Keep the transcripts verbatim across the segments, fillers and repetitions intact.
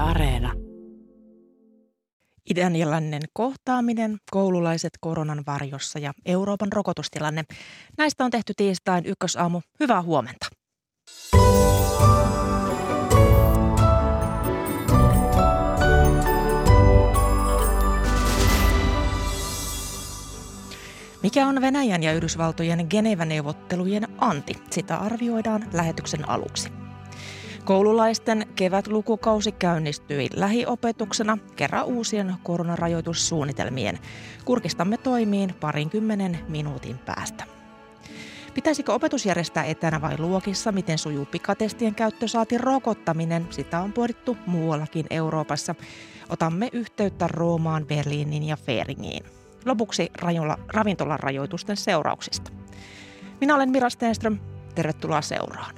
Areena. Idän ja lännen kohtaaminen, koululaiset koronan varjossa ja Euroopan rokotustilanne. Näistä on tehty tiistain Ykkösaamu. Hyvää huomenta. Mikä on Venäjän ja Yhdysvaltojen Geneve-neuvottelujen anti? Sitä arvioidaan lähetyksen aluksi. Koululaisten kevätlukukausi käynnistyi lähiopetuksena kerran uusien koronarajoitussuunnitelmien. Kurkistamme toimiin parinkymmenen minuutin päästä. Pitäisikö opetus järjestää etänä vai luokissa? Miten sujuu pikatestien käyttö saati rokottaminen? Sitä on pohdittu muuallakin Euroopassa. Otamme yhteyttä Roomaan, Berliiniin ja Feringiin. Lopuksi ravintolan rajoitusten seurauksista. Minä olen Mira Stenström. Tervetuloa seuraan.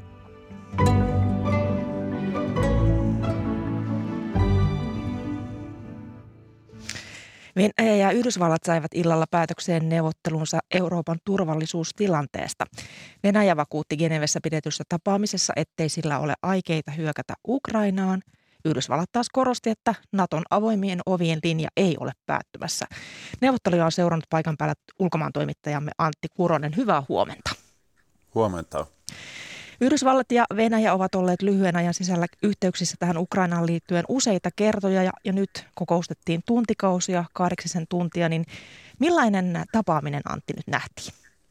Venäjä ja Yhdysvallat saivat illalla päätökseen neuvottelunsa Euroopan turvallisuustilanteesta. Venäjä vakuutti Genevessä pidetyssä tapaamisessa, ettei sillä ole aikeita hyökätä Ukrainaan. Yhdysvallat taas korosti, että Naton avoimien ovien linja ei ole päättymässä. Neuvotteluja on seurannut paikan päällä ulkomaantoimittajamme Antti Kuronen. Hyvää huomenta. Huomenta. Yhdysvallat ja Venäjä ovat olleet lyhyen ajan sisällä yhteyksissä tähän Ukrainaan liittyen useita kertoja ja, ja nyt kokoustettiin tuntikausia, kahdeksisen tuntia. Niin millainen tapaaminen, Antti, nyt nähtiin?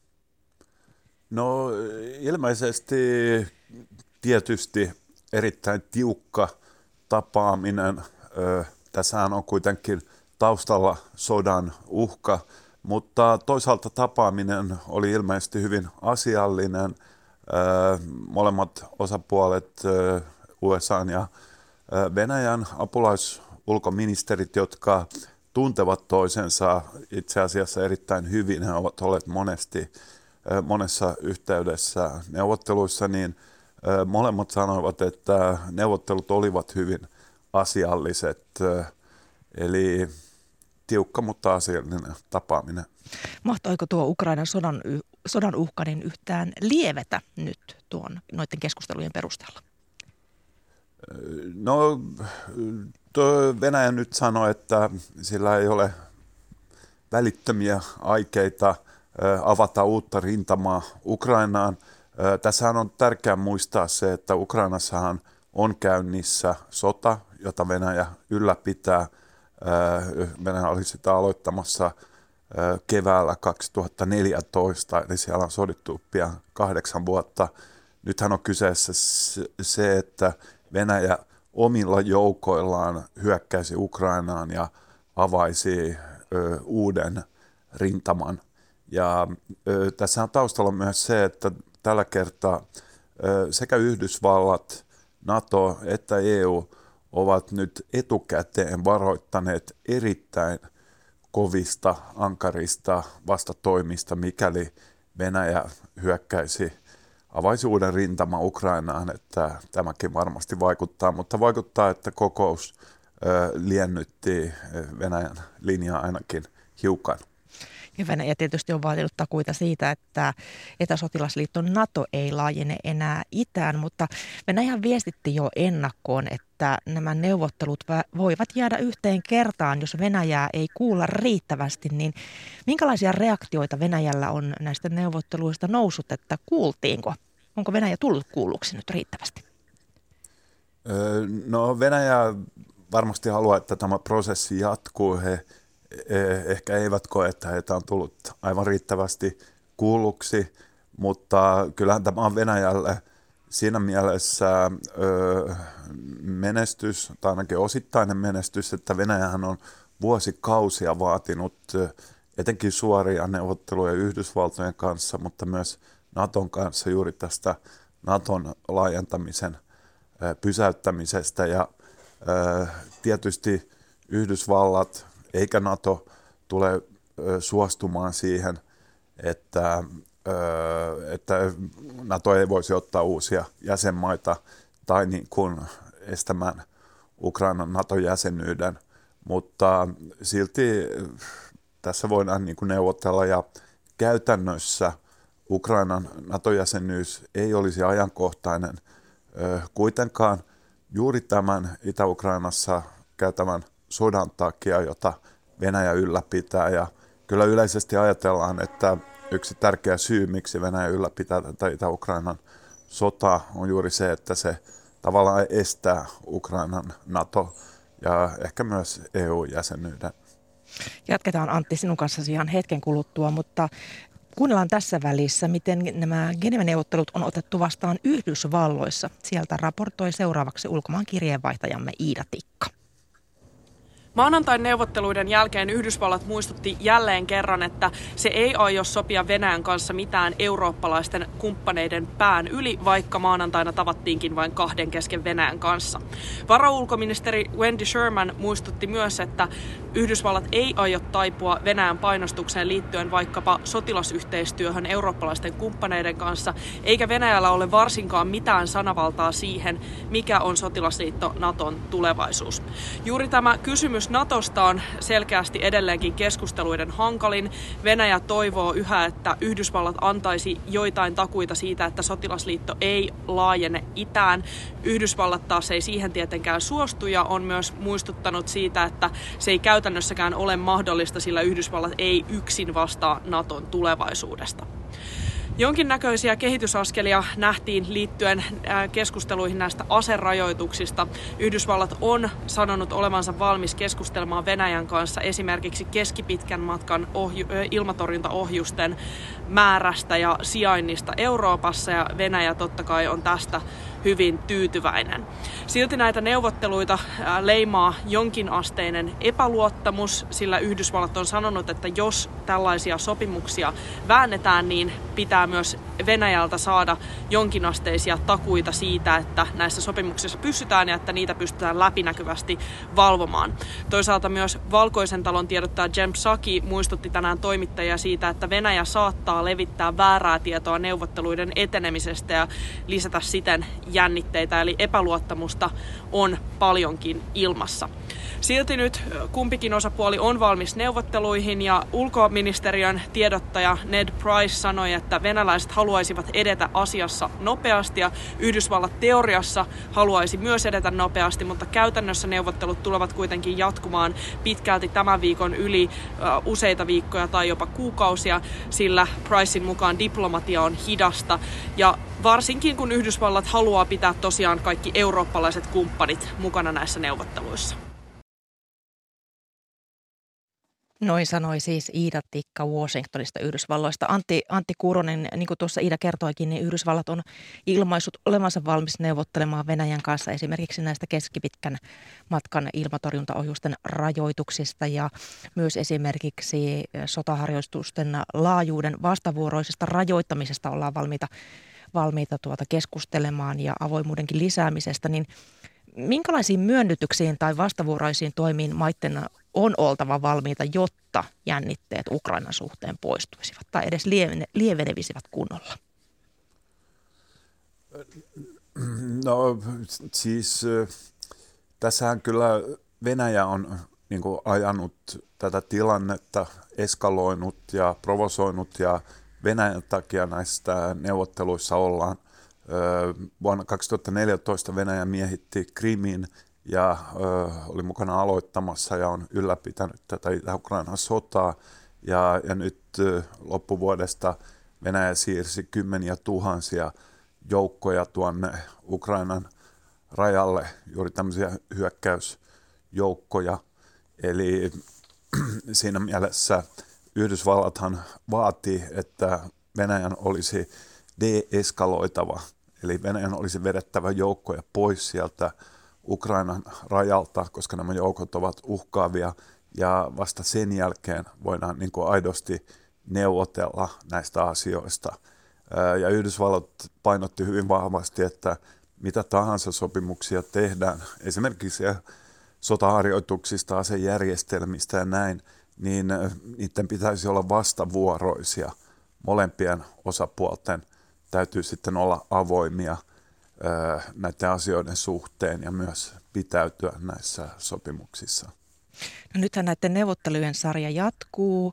No ilmeisesti tietysti erittäin tiukka tapaaminen. Tässähän on kuitenkin taustalla sodan uhka, mutta toisaalta tapaaminen oli ilmeisesti hyvin asiallinen. Molemmat osapuolet, U S A:n ja Venäjän apulaisulkoministerit, jotka tuntevat toisensa itse asiassa erittäin hyvin, he ovat olleet monesti, monessa yhteydessä neuvotteluissa, niin molemmat sanoivat, että neuvottelut olivat hyvin asialliset, eli tiukka, mutta asiallinen tapaaminen. Mahtoiko tuo Ukrainan sodan, sodan uhka niin yhtään lievetä nyt tuon noiden keskustelujen perusteella? No, Venäjä nyt sanoi, että sillä ei ole välittömiä aikeita avata uutta rintamaa Ukrainaan. Tässähän on tärkeää muistaa se, että Ukrainassahan on käynnissä sota, jota Venäjä ylläpitää. Venäjä oli sitä aloittamassa keväällä kaksituhattaneljätoista, eli siellä on sodittu pian kahdeksan vuotta. Nythän on kyseessä se, että Venäjä omilla joukoillaan hyökkäisi Ukrainaan ja avaisi ö, uuden rintaman. Ja ö, tässä on taustalla myös se, että tällä kertaa ö, sekä Yhdysvallat, NATO että E U ovat nyt etukäteen varoittaneet erittäin kovista, ankarista vastatoimista, mikäli Venäjä hyökkäisi, avaisi uuden rintaman Ukrainaan, että tämäkin varmasti vaikuttaa, mutta vaikuttaa, että kokous ö, liennytti Venäjän linjaa ainakin hiukan. Ja Venäjä tietysti on vaatinut takuita siitä, että etäsotilasliitto NATO ei laajene enää itään, mutta Venäjä viestitti jo ennakkoon, että nämä neuvottelut voivat jäädä yhteen kertaan, jos Venäjää ei kuulla riittävästi. Niin minkälaisia reaktioita Venäjällä on näistä neuvotteluista noussut, että kuultiinko? Onko Venäjä tullut kuulluksi nyt riittävästi? No Venäjä varmasti haluaa, että tämä prosessi jatkuu. He ehkä eivät koe, että heitä on tullut aivan riittävästi kuulluksi, mutta kyllähän tämä on Venäjälle siinä mielessä ö, menestys, tai ainakin osittainen menestys, että Venäjähän on vuosikausia vaatinut etenkin suoria neuvotteluja Yhdysvaltojen kanssa, mutta myös Naton kanssa juuri tästä Naton laajentamisen ö, pysäyttämisestä. Ja ö, tietysti Yhdysvallat eikä NATO tule ö, suostumaan siihen, että, ö, että NATO ei voisi ottaa uusia jäsenmaita tai niin kuin estämään Ukrainan NATO-jäsenyyden, mutta silti tässä voidaan niin kuin neuvotella ja käytännössä Ukrainan NATO-jäsenyys ei olisi ajankohtainen. Kuitenkaan juuri tämän Itä-Ukrainassa käytävän sodan takia, jota Venäjä ylläpitää. Ja kyllä yleisesti ajatellaan, että yksi tärkeä syy, miksi Venäjä ylläpitää tätä Itä-Ukrainan sotaa, on juuri se, että se tavallaan estää Ukrainan NATO ja ehkä myös E U-jäsenyyden. Jatketaan Antti sinun kanssasi ihan hetken kuluttua, mutta kuunnellaan tässä välissä, miten nämä Geneven neuvottelut on otettu vastaan Yhdysvalloissa. Sieltä raportoi seuraavaksi ulkomaan kirjeenvaihtajamme Iida Tikka. Maanantain neuvotteluiden jälkeen Yhdysvallat muistutti jälleen kerran, että se ei aio sopia Venäjän kanssa mitään eurooppalaisten kumppaneiden pään yli, vaikka maanantaina tavattiinkin vain kahden kesken Venäjän kanssa. Varaulkoministeri Wendy Sherman muistutti myös, että Yhdysvallat ei aio taipua Venäjän painostukseen liittyen vaikkapa sotilasyhteistyöhön eurooppalaisten kumppaneiden kanssa, eikä Venäjällä ole varsinkaan mitään sanavaltaa siihen, mikä on sotilasliitto Naton tulevaisuus. Juuri tämä kysymys Natosta on selkeästi edelleenkin keskusteluiden hankalin. Venäjä toivoo yhä, että Yhdysvallat antaisi joitain takuita siitä, että sotilasliitto ei laajene itään. Yhdysvallat taas ei siihen tietenkään suostu ja on myös muistuttanut siitä, että se ei käytännössäkään ole mahdollista, sillä Yhdysvallat ei yksin vastaa Naton tulevaisuudesta. Jonkinnäköisiä kehitysaskelia nähtiin liittyen keskusteluihin näistä aserajoituksista. Yhdysvallat on sanonut olevansa valmis keskustelemaan Venäjän kanssa esimerkiksi keskipitkän matkan ohju- ilmatorjuntaohjusten määrästä ja sijainnista Euroopassa, ja Venäjä totta kai on tästä hyvin tyytyväinen. Silti näitä neuvotteluita leimaa jonkinasteinen epäluottamus, sillä Yhdysvallat on sanonut, että jos tällaisia sopimuksia väännetään, niin pitää myös Venäjältä saada jonkinasteisia takuita siitä, että näissä sopimuksissa pysytään ja että niitä pystytään läpinäkyvästi valvomaan. Toisaalta myös Valkoisen talon tiedottaja Jen Psaki muistutti tänään toimittajia siitä, että Venäjä saattaa levittää väärää tietoa neuvotteluiden etenemisestä ja lisätä siten jännitteitä, eli epäluottamusta on paljonkin ilmassa. Silti nyt kumpikin osapuoli on valmis neuvotteluihin, ja ulkoministeriön tiedottaja Ned Price sanoi, että venäläiset haluaisivat edetä asiassa nopeasti ja Yhdysvallat teoriassa haluaisi myös edetä nopeasti, mutta käytännössä neuvottelut tulevat kuitenkin jatkumaan pitkälti tämän viikon yli uh, useita viikkoja tai jopa kuukausia, sillä Pricein mukaan diplomatia on hidasta ja varsinkin kun Yhdysvallat haluaa pitää tosiaan kaikki eurooppalaiset kumppanit mukana näissä neuvotteluissa. Noin sanoi siis Iida Tikka Washingtonista Yhdysvalloista. Antti, Antti Kuronen, niin kuin tuossa Iida kertoikin, niin Yhdysvallat on ilmaissut olevansa valmis neuvottelemaan Venäjän kanssa esimerkiksi näistä keskipitkän matkan ilmatorjuntaohjusten rajoituksista ja myös esimerkiksi sotaharjoitusten laajuuden vastavuoroisesta rajoittamisesta ollaan valmiita, valmiita tuota keskustelemaan ja avoimuudenkin lisäämisestä. Niin minkälaisiin myönnytyksiin tai vastavuoroisiin toimiin maitten on oltava valmiita, jotta jännitteet Ukrainan suhteen poistuisivat tai edes lievenevisivät kunnolla? No siis tässähän kyllä Venäjä on niin kuin ajanut tätä tilannetta, eskaloinut ja provosoinut, ja Venäjän takia näistä neuvotteluissa ollaan. Vuonna kaksituhattaneljätoista Venäjä miehitti Krimin ja ö, oli mukana aloittamassa ja on ylläpitänyt tätä Itä-Ukrainan sotaa. Ja, ja nyt ö, loppuvuodesta Venäjä siirsi kymmeniä tuhansia joukkoja tuonne Ukrainan rajalle, juuri tämmöisiä hyökkäysjoukkoja. Eli siinä mielessä Yhdysvallathan vaati, että Venäjän olisi de-eskaloitava, eli Venäjän olisi vedettävä joukkoja pois sieltä Ukrainan rajalta, koska nämä joukot ovat uhkaavia, ja vasta sen jälkeen voidaan niin kuin aidosti neuvotella näistä asioista. Ja Yhdysvallat painotti hyvin vahvasti, että mitä tahansa sopimuksia tehdään, esimerkiksi sotaharjoituksista, asejärjestelmistä ja näin, niin niiden pitäisi olla vastavuoroisia. Molempien osapuolten täytyy sitten olla avoimia näiden asioiden suhteen ja myös pitäytyä näissä sopimuksissa. No nythän näiden neuvottelujen sarja jatkuu.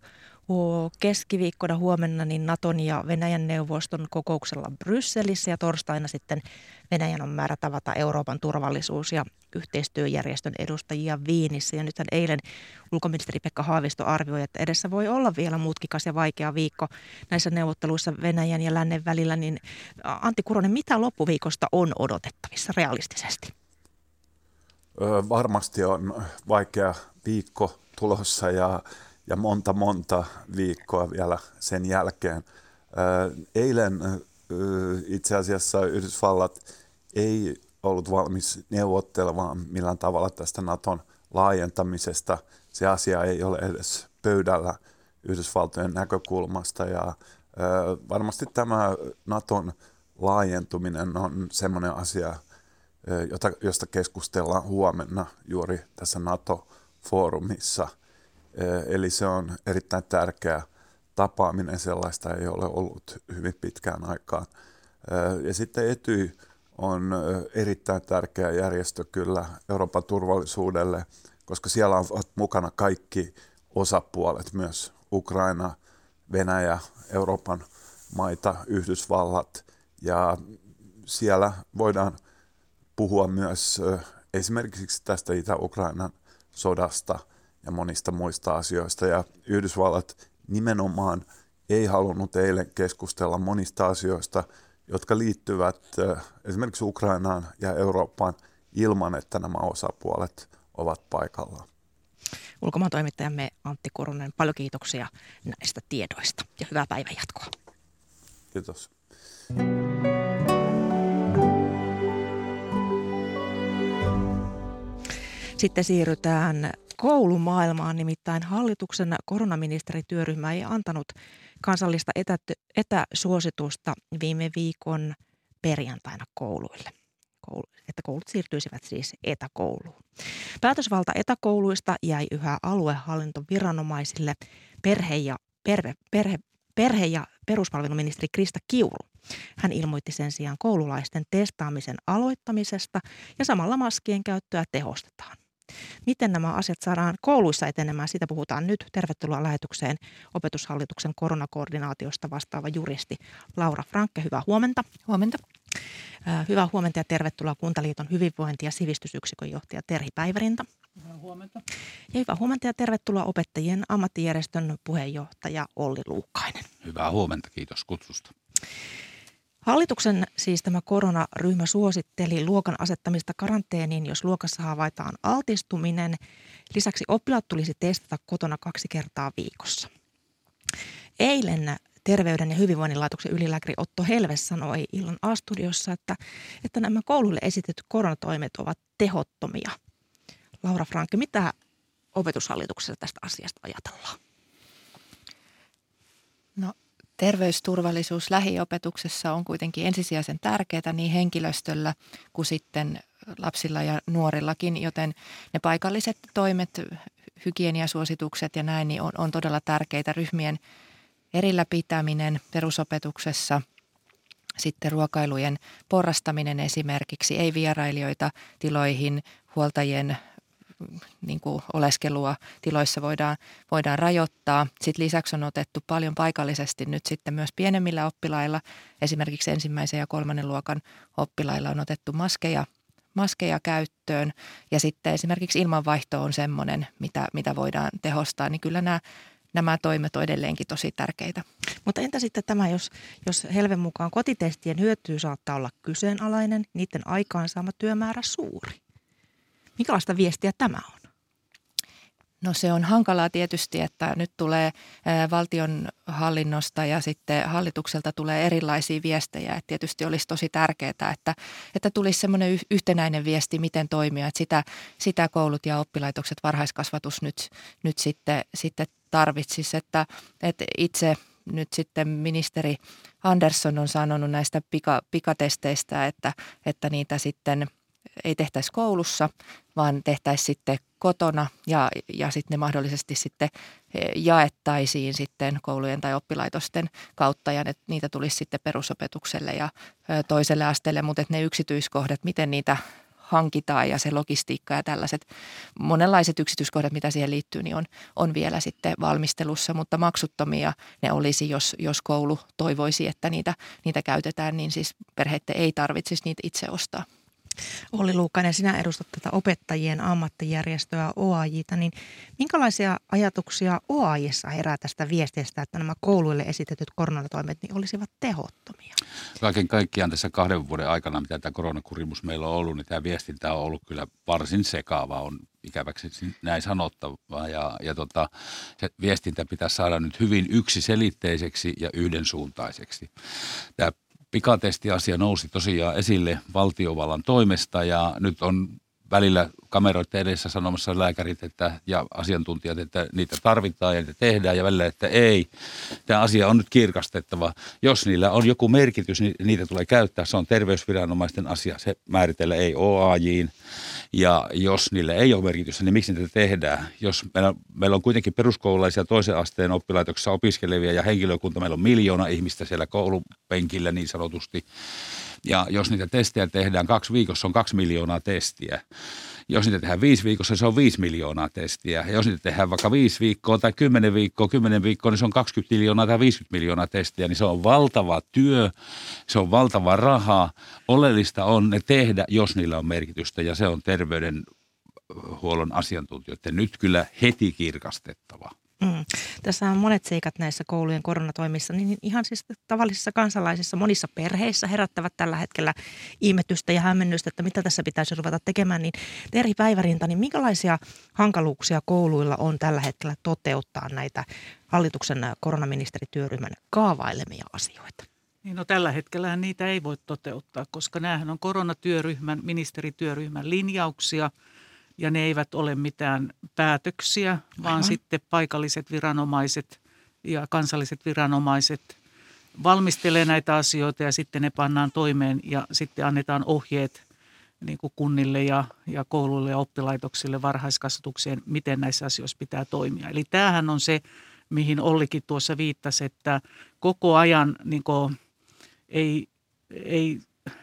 keskiviikkona huomenna niin Naton ja Venäjän neuvoston kokouksella Brysselissä ja torstaina sitten Venäjän on määrä tavata Euroopan turvallisuus- ja yhteistyöjärjestön edustajia Viinissä. Ja nythän eilen ulkoministeri Pekka Haavisto arvioi, että edessä voi olla vielä mutkikas ja vaikea viikko näissä neuvotteluissa Venäjän ja lännen välillä. Niin Antti Kuronen, mitä loppuviikosta on odotettavissa realistisesti? Öö, varmasti on vaikea viikko tulossa ja, ja monta monta viikkoa vielä sen jälkeen. Öö, eilen öö, itse asiassa Yhdysvallat ei ollut valmis neuvottelemaan millään tavalla tästä Naton laajentamisesta. Se asia ei ole edes pöydällä Yhdysvaltojen näkökulmasta ja öö, varmasti tämä Naton laajentuminen on semmoinen asia, Jota, josta keskustellaan huomenna juuri tässä NATO-foorumissa. Eli se on erittäin tärkeä tapaaminen, sellaista ei ole ollut hyvin pitkään aikaan. Ja sitten Etyj on erittäin tärkeä järjestö kyllä Euroopan turvallisuudelle, koska siellä ovat mukana kaikki osapuolet, myös Ukraina, Venäjä, Euroopan maita, Yhdysvallat, ja siellä voidaan puhua myös esimerkiksi tästä Itä-Ukrainan sodasta ja monista muista asioista. Ja Yhdysvallat nimenomaan ei halunnut eilen keskustella monista asioista, jotka liittyvät esimerkiksi Ukrainaan ja Eurooppaan ilman, että nämä osapuolet ovat paikallaan. Ulkomaantoimittajamme Antti Kuronen, paljon kiitoksia näistä tiedoista ja hyvää päivänjatkoa. Kiitos. Sitten siirrytään koulumaailmaan, nimittäin hallituksen koronaministerityöryhmä ei antanut kansallista etä, etäsuositusta viime viikon perjantaina kouluille, Koulu, että koulut siirtyisivät siis etäkouluun. Päätösvalta etäkouluista jäi yhä aluehallintoviranomaisille. Perhe- ja, perhe, perhe, perhe- ja peruspalveluministeri Krista Kiuru. Hän ilmoitti sen sijaan koululaisten testaamisen aloittamisesta ja samalla maskien käyttöä tehostetaan. Miten nämä asiat saadaan kouluissa etenemään, siitä puhutaan nyt. Tervetuloa lähetykseen Opetushallituksen koronakoordinaatiosta vastaava juristi Laura Frankke. Hyvää huomenta. Huomenta. Äh, hyvää huomenta ja tervetuloa Kuntaliiton hyvinvointi- ja sivistysyksikön johtaja Terhi Päivärinta. Hyvää huomenta. Ja hyvää huomenta ja tervetuloa opettajien ammattijärjestön puheenjohtaja Olli Luukkainen. Hyvää huomenta, kiitos kutsusta. Hallituksen siis tämä koronaryhmä suositteli luokan asettamista karanteeniin, jos luokassa havaitaan altistuminen. Lisäksi oppilaat tulisi testata kotona kaksi kertaa viikossa. Eilen Terveyden ja hyvinvoinnin laitoksen ylilääkäri Otto Helves sanoi illan A-studiossa, että, että nämä kouluille esitetyt koronatoimet ovat tehottomia. Laura Frankke, mitä Opetushallituksessa tästä asiasta ajatellaan? No, terveysturvallisuus lähiopetuksessa on kuitenkin ensisijaisen tärkeää niin henkilöstöllä kuin sitten lapsilla ja nuorillakin, joten ne paikalliset toimet, hygieniasuositukset ja näin niin on, on todella tärkeitä. Ryhmien erillä pitäminen perusopetuksessa, sitten ruokailujen porrastaminen esimerkiksi, ei vierailijoita tiloihin, huoltajien niin kuin oleskelua tiloissa voidaan, voidaan rajoittaa. Sitten lisäksi on otettu paljon paikallisesti nyt sitten myös pienemmillä oppilailla, esimerkiksi ensimmäisen ja kolmannen luokan oppilailla on otettu maskeja, maskeja käyttöön ja sitten esimerkiksi ilmanvaihto on semmoinen, mitä, mitä voidaan tehostaa, niin kyllä nämä Nämä toimet on edelleenkin tosi tärkeitä. Mutta entä sitten tämä, jos, jos Helven mukaan kotitestien hyöty saattaa olla kyseenalainen, niiden aikaansaama työmäärä suuri? Minkälaista viestiä tämä on? No se on hankalaa tietysti, että nyt tulee valtionhallinnosta ja sitten hallitukselta tulee erilaisia viestejä. Että tietysti olisi tosi tärkeää, että, että tulisi semmoinen yhtenäinen viesti, miten toimia. Että sitä, sitä koulut ja oppilaitokset, varhaiskasvatus nyt, nyt sitten, sitten tarvitsisi. Että, että itse nyt sitten ministeri Andersson on sanonut näistä pika, pikatesteistä, että, että niitä sitten ei tehtäisi koulussa, vaan tehtäisiin sitten kotona ja, ja sitten ne mahdollisesti sitten jaettaisiin sitten koulujen tai oppilaitosten kautta ja ne, niitä tulisi sitten perusopetukselle ja toiselle asteelle, mutta ne yksityiskohdat, miten niitä hankitaan ja se logistiikka ja tällaiset monenlaiset yksityiskohdat, mitä siihen liittyy, niin on, on vielä sitten valmistelussa, mutta maksuttomia ne olisi, jos, jos koulu toivoisi, että niitä, niitä käytetään, niin siis perheiden ei tarvitsisi niitä itse ostaa. Olli Luukkainen, sinä edustat tätä opettajien ammattijärjestöä O A J:tä, niin minkälaisia ajatuksia O A J:ssa herää tästä viestistä, että nämä kouluille esitetyt koronatoimet niin olisivat tehottomia? Kaiken kaikkiaan tässä kahden vuoden aikana, mitä tämä koronakurimus meillä on ollut, niin tämä viestintä on ollut kyllä varsin sekaava, on ikäväksi näin sanottavaa. Ja, ja tota, se viestintä pitäisi saada nyt hyvin yksiselitteiseksi ja yhdensuuntaiseksi. Tämä pikatestiasia nousi tosiaan esille valtiovallan toimesta ja nyt on välillä kameroiden edessä sanomassa lääkärit että, ja asiantuntijat, että niitä tarvitaan ja niitä tehdään ja välillä, että ei. Tämä asia on nyt kirkastettava. Jos niillä on joku merkitys, niin niitä tulee käyttää. Se on terveysviranomaisten asia. Se määritellä ei O A J:n. Ja jos niillä ei ole merkitystä, niin miksi niitä tehdään? Jos meillä, meillä on kuitenkin peruskoululaisia toisen asteen oppilaitoksissa opiskelevia ja henkilökunta, meillä on miljoona ihmistä siellä koulupenkillä niin sanotusti. Ja jos niitä testejä tehdään kaksi viikossa, on kaksi miljoonaa testiä. Jos niitä tehdään viisi viikossa, se on viisi miljoonaa testiä. Ja jos niitä tehdään vaikka viisi viikkoa tai kymmenen viikkoa, kymmenen viikkoa, niin se on kaksikymmentä miljoonaa tai viisikymmentä miljoonaa testiä. Niin se on valtava työ, se on valtava raha. Oleellista on ne tehdä, jos niillä on merkitystä ja se on terveydenhuollon asiantuntijoiden nyt kyllä heti kirkastettava. Mm. Tässä on monet seikat näissä koulujen koronatoimissa, niin ihan siis tavallisissa kansalaisissa, monissa perheissä herättävät tällä hetkellä ihmetystä ja hämmennystä, että mitä tässä pitäisi ruveta tekemään. Niin Terhi Päivärinta, niin minkälaisia hankaluuksia kouluilla on tällä hetkellä toteuttaa näitä hallituksen koronaministerityöryhmän kaavailemia asioita? Niin no tällä hetkellä niitä ei voi toteuttaa, koska näähän on koronatyöryhmän, ministerityöryhmän linjauksia. Ja ne eivät ole mitään päätöksiä, vaan Aivan. sitten paikalliset viranomaiset ja kansalliset viranomaiset valmistelee näitä asioita ja sitten ne pannaan toimeen ja sitten annetaan ohjeet niin kuin kunnille ja, ja kouluille ja oppilaitoksille varhaiskasvatukseen, miten näissä asioissa pitää toimia. Eli tämähän on se, mihin Ollikin tuossa viittasi, että koko ajan niin kuin, ei, ei,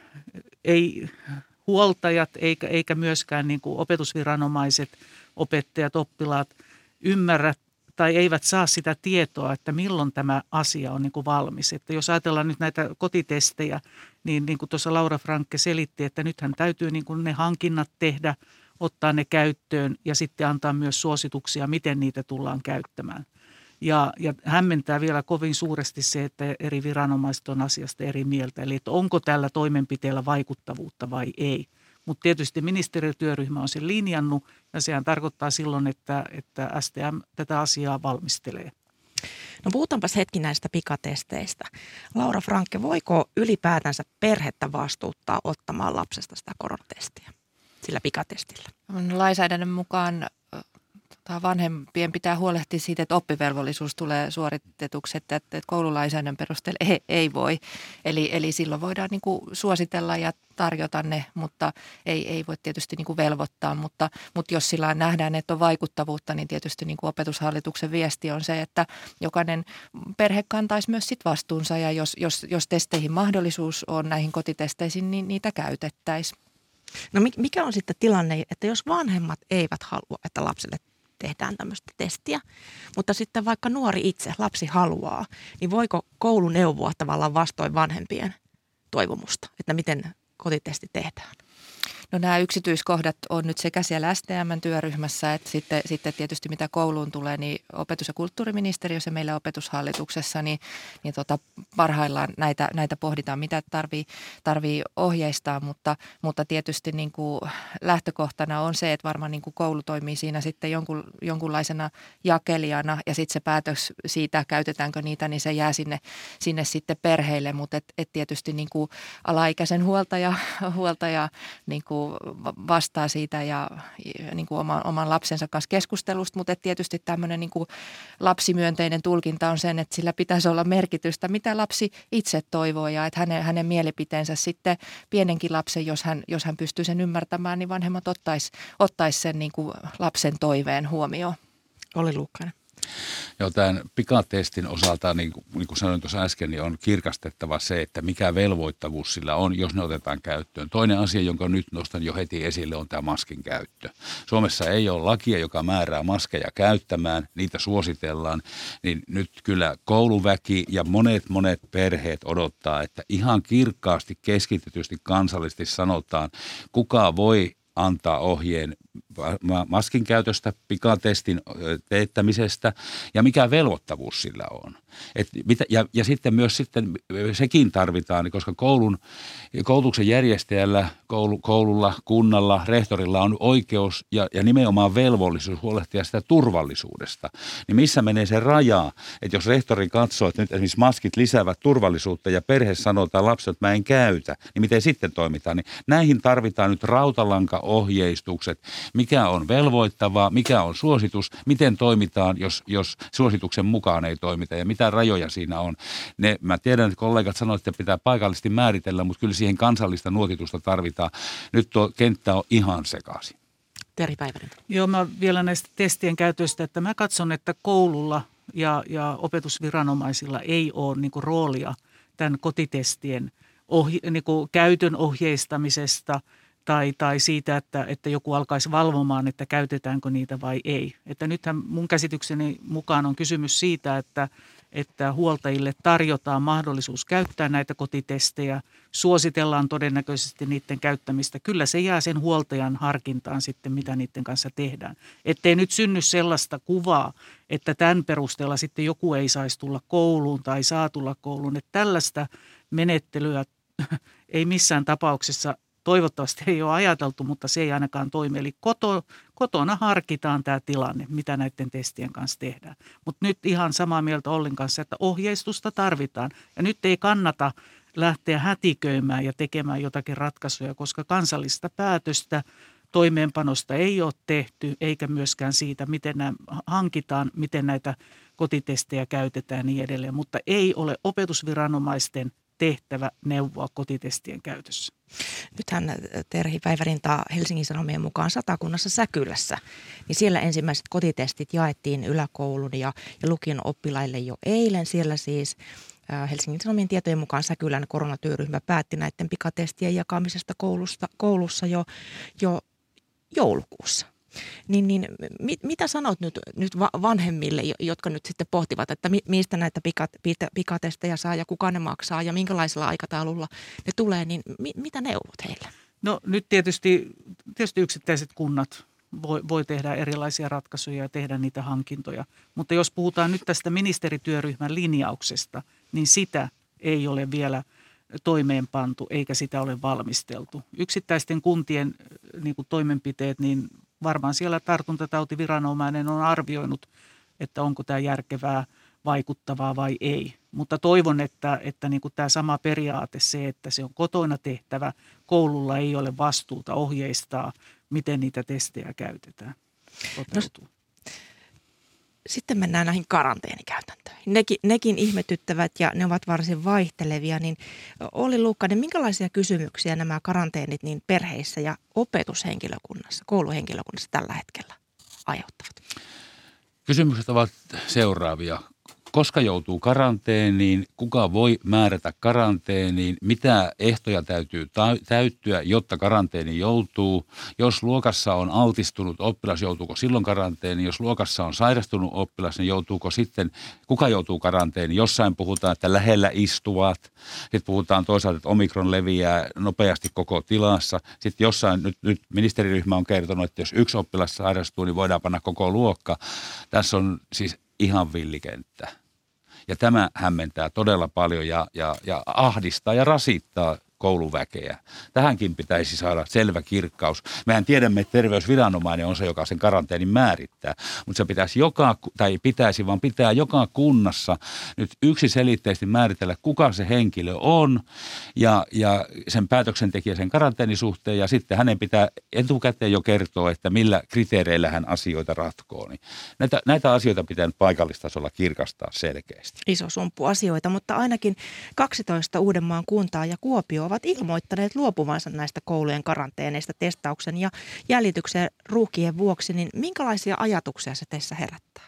ei huoltajat eikä, eikä myöskään niin kuin opetusviranomaiset, opettajat, oppilaat ymmärrä tai eivät saa sitä tietoa, että milloin tämä asia on niin kuin valmis. Että jos ajatellaan nyt näitä kotitestejä, niin, niin kuin tuossa Laura Frankke selitti, että nythän täytyy niin kuin ne hankinnat tehdä, ottaa ne käyttöön ja sitten antaa myös suosituksia, miten niitä tullaan käyttämään. Ja, ja hämmentää vielä kovin suuresti se, että eri viranomaiset on asiasta eri mieltä. Eli että onko tällä toimenpiteellä vaikuttavuutta vai ei. Mutta tietysti ministeriötyöryhmä on sen linjannut ja sehän tarkoittaa silloin, että, että S T M tätä asiaa valmistelee. No puhutaanpas hetki näistä pikatesteistä. Laura Frankke, voiko ylipäätänsä perhettä vastuuttaa ottamaan lapsesta sitä koronatestiä sillä pikatestillä? Lainsäädännön mukaan vanhempien pitää huolehtia siitä, että oppivelvollisuus tulee suoritetuksi, että, että koululainsäädännön perusteella ei, ei voi. Eli, eli silloin voidaan niin kuin suositella ja tarjota ne, mutta ei, ei voi tietysti niin kuin velvoittaa. Mutta, mutta jos sillä nähdään, että on vaikuttavuutta, niin tietysti niin kuin opetushallituksen viesti on se, että jokainen perhe kantaisi myös sit vastuunsa. Ja jos, jos, jos testeihin mahdollisuus on näihin kotitesteisiin, niin niitä käytettäisiin. No mikä on sitten tilanne, että jos vanhemmat eivät halua, että lapselle tehdään tämmöistä testiä, mutta sitten vaikka nuori itse, lapsi haluaa, niin voiko koulu neuvoa tavallaan vastoin vanhempien toivomusta, että miten kotitesti tehdään? No nämä yksityiskohdat on nyt sekä siellä S T M-työryhmässä että sitten, sitten tietysti mitä kouluun tulee, niin opetus- ja kulttuuriministeriössä meillä opetushallituksessa, niin, niin tota, parhaillaan näitä, näitä pohditaan, mitä tarvii, tarvii ohjeistaa, mutta, mutta tietysti niin kuin lähtökohtana on se, että varmaan niin kuin koulu toimii siinä sitten jonkun, jonkunlaisena jakelijana ja sitten se päätös siitä, käytetäänkö niitä, niin se jää sinne, sinne sitten perheille, mutta et, et tietysti niin kuin alaikäisen huoltaja, huoltaja niin kuin vastaa siitä ja niin kuin oman, oman lapsensa kanssa keskustelusta, mutta tietysti tämmöinen niin kuin lapsimyönteinen tulkinta on sen, että sillä pitäisi olla merkitystä, mitä lapsi itse toivoo ja että hänen, hänen mielipiteensä sitten pienenkin lapsen, jos hän, jos hän pystyy sen ymmärtämään, niin vanhemmat ottaisi, ottaisi sen niin kuin lapsen toiveen huomioon. Olli Luukkainen. Joo, tämän pikatestin osalta, niin kuin, niin kuin sanoin tuossa äsken, niin on kirkastettava se, että mikä velvoittavuus sillä on, jos ne otetaan käyttöön. Toinen asia, jonka nyt nostan jo heti esille, on tämä maskin käyttö. Suomessa ei ole lakia, joka määrää maskeja käyttämään, niitä suositellaan, niin nyt kyllä kouluväki ja monet monet perheet odottaa, että ihan kirkkaasti, keskitetysti, kansallisesti sanotaan, kuka voi antaa ohjeen maskin käytöstä, pikatestin teettämisestä ja mikä velvoittavuus sillä on. Et mitä, ja, ja sitten myös sitten sekin tarvitaan, koska koulun, koulutuksen järjestäjällä, koulu, koululla, kunnalla, rehtorilla on oikeus ja, ja nimenomaan velvollisuus huolehtia sitä turvallisuudesta. Niin missä menee se raja, että jos rehtori katsoo, että nyt esimerkiksi maskit lisäävät turvallisuutta ja perhe sanoo tai lapset, että mä en käytä, niin miten sitten toimitaan? Niin näihin tarvitaan nyt rautalankaohjeistukset, mikä on velvoittavaa, mikä on suositus, miten toimitaan, jos, jos suosituksen mukaan ei toimita ja mitä rajoja siinä on. Ne, mä tiedän, että kollegat sanoivat, että pitää paikallisesti määritellä, mutta kyllä siihen kansallista nuotitusta tarvitaan. Nyt tuo kenttä on ihan sekaisin. Terhi Päivärinta. Joo, mä vielä näistä testien käytöstä, että mä katson, että koululla ja, ja opetusviranomaisilla ei ole niin kuin roolia tämän kotitestien ohje, niin kuin käytön ohjeistamisesta tai, tai siitä, että, että joku alkaisi valvomaan, että käytetäänkö niitä vai ei. Että nythän mun käsitykseni mukaan on kysymys siitä, että, että huoltajille tarjotaan mahdollisuus käyttää näitä kotitestejä, suositellaan todennäköisesti niiden käyttämistä. Kyllä se jää sen huoltajan harkintaan sitten, mitä niiden kanssa tehdään. Ettei nyt synny sellaista kuvaa, että tämän perusteella sitten joku ei saisi tulla kouluun tai saa tulla kouluun. Että tällaista menettelyä ei missään tapauksessa toivottavasti ei ole ajateltu, mutta se ei ainakaan toimi. Eli koto, kotona harkitaan tämä tilanne, mitä näiden testien kanssa tehdään. Mutta nyt ihan samaa mieltä Ollin kanssa, että ohjeistusta tarvitaan. Ja nyt ei kannata lähteä hätiköimään ja tekemään jotakin ratkaisuja, koska kansallista päätöstä toimeenpanosta ei ole tehty, eikä myöskään siitä, miten nämä hankitaan, miten näitä kotitestejä käytetään ja niin edelleen. Mutta ei ole opetusviranomaisten tehtävä neuvoa kotitestien käytössä. Nythän Terhi Päivärinta Helsingin Sanomien mukaan Satakunnassa Säkylässä, niin siellä ensimmäiset kotitestit jaettiin yläkoulun ja, ja lukion oppilaille jo eilen. Siellä siis Helsingin Sanomien tietojen mukaan Säkylän koronatyöryhmä päätti näiden pikatestien jakamisesta koulusta, koulussa jo, jo joulukuussa. Niin, niin mit, mitä sanot nyt, nyt vanhemmille, jotka nyt sitten pohtivat, että mi, mistä näitä pikat, pika, pikatestejä saa ja kuka ne maksaa ja minkälaisella aikataululla ne tulee, niin mi, mitä neuvot heille? No nyt tietysti, tietysti yksittäiset kunnat voi, voi tehdä erilaisia ratkaisuja ja tehdä niitä hankintoja, mutta jos puhutaan nyt tästä ministerityöryhmän linjauksesta, niin sitä ei ole vielä toimeenpantu eikä sitä ole valmisteltu. Yksittäisten kuntien niin kuin toimenpiteet, niin varmaan siellä tartuntatautiviranomainen on arvioinut, että onko tämä järkevää, vaikuttavaa vai ei. Mutta toivon, että, että niin kuin tämä sama periaate, se, että se on kotona tehtävä, koululla ei ole vastuuta ohjeistaa, miten niitä testejä käytetään, toteutuu. No, sitten mennään näihin karanteenikäytäntöihin. Nekin, nekin ihmetyttävät ja ne ovat varsin vaihtelevia. Niin Olli Luukkanen, minkälaisia kysymyksiä nämä karanteenit niin perheissä ja opetushenkilökunnassa, kouluhenkilökunnassa tällä hetkellä aiheuttavat? Kysymykset ovat seuraavia. Koska joutuu karanteeniin, kuka voi määrätä karanteeniin, mitä ehtoja täytyy täyttyä, jotta karanteeni joutuu. Jos luokassa on altistunut oppilas, joutuuko silloin karanteeniin. Jos luokassa on sairastunut oppilas, niin joutuuko sitten, kuka joutuu karanteeniin. Jossain puhutaan, että lähellä istuvat. Sitten puhutaan toisaalta, että omikron leviää nopeasti koko tilassa. Sitten jossain, nyt, nyt ministeriryhmä on kertonut, että jos yksi oppilas sairastuu, niin voidaan panna koko luokka. Tässä on siis ihan villikenttä. Ja tämä hämmentää todella paljon ja, ja, ja ahdistaa ja rasittaa kouluväkeä. Tähänkin pitäisi saada selvä kirkkaus. Mehän tiedämme, että terveysviranomainen on se, joka sen karanteenin määrittää, mutta se pitäisi joka, tai pitäisi, vaan pitää joka kunnassa nyt yksiselitteisesti määritellä, kuka se henkilö on ja, ja sen päätöksentekijä sen karanteenin suhteen ja sitten hänen pitää etukäteen jo kertoa, että millä kriteereillä hän asioita ratkoo. Niin näitä, näitä asioita pitää nyt paikallistasolla kirkastaa selkeästi. Iso sumpu asioita, mutta ainakin kaksitoista Uudenmaan kuntaa ja Kuopio ovat ilmoittaneet luopuvansa näistä koulujen karanteeneista testauksen ja jäljityksen ruuhkien vuoksi, niin minkälaisia ajatuksia se teissä herättää?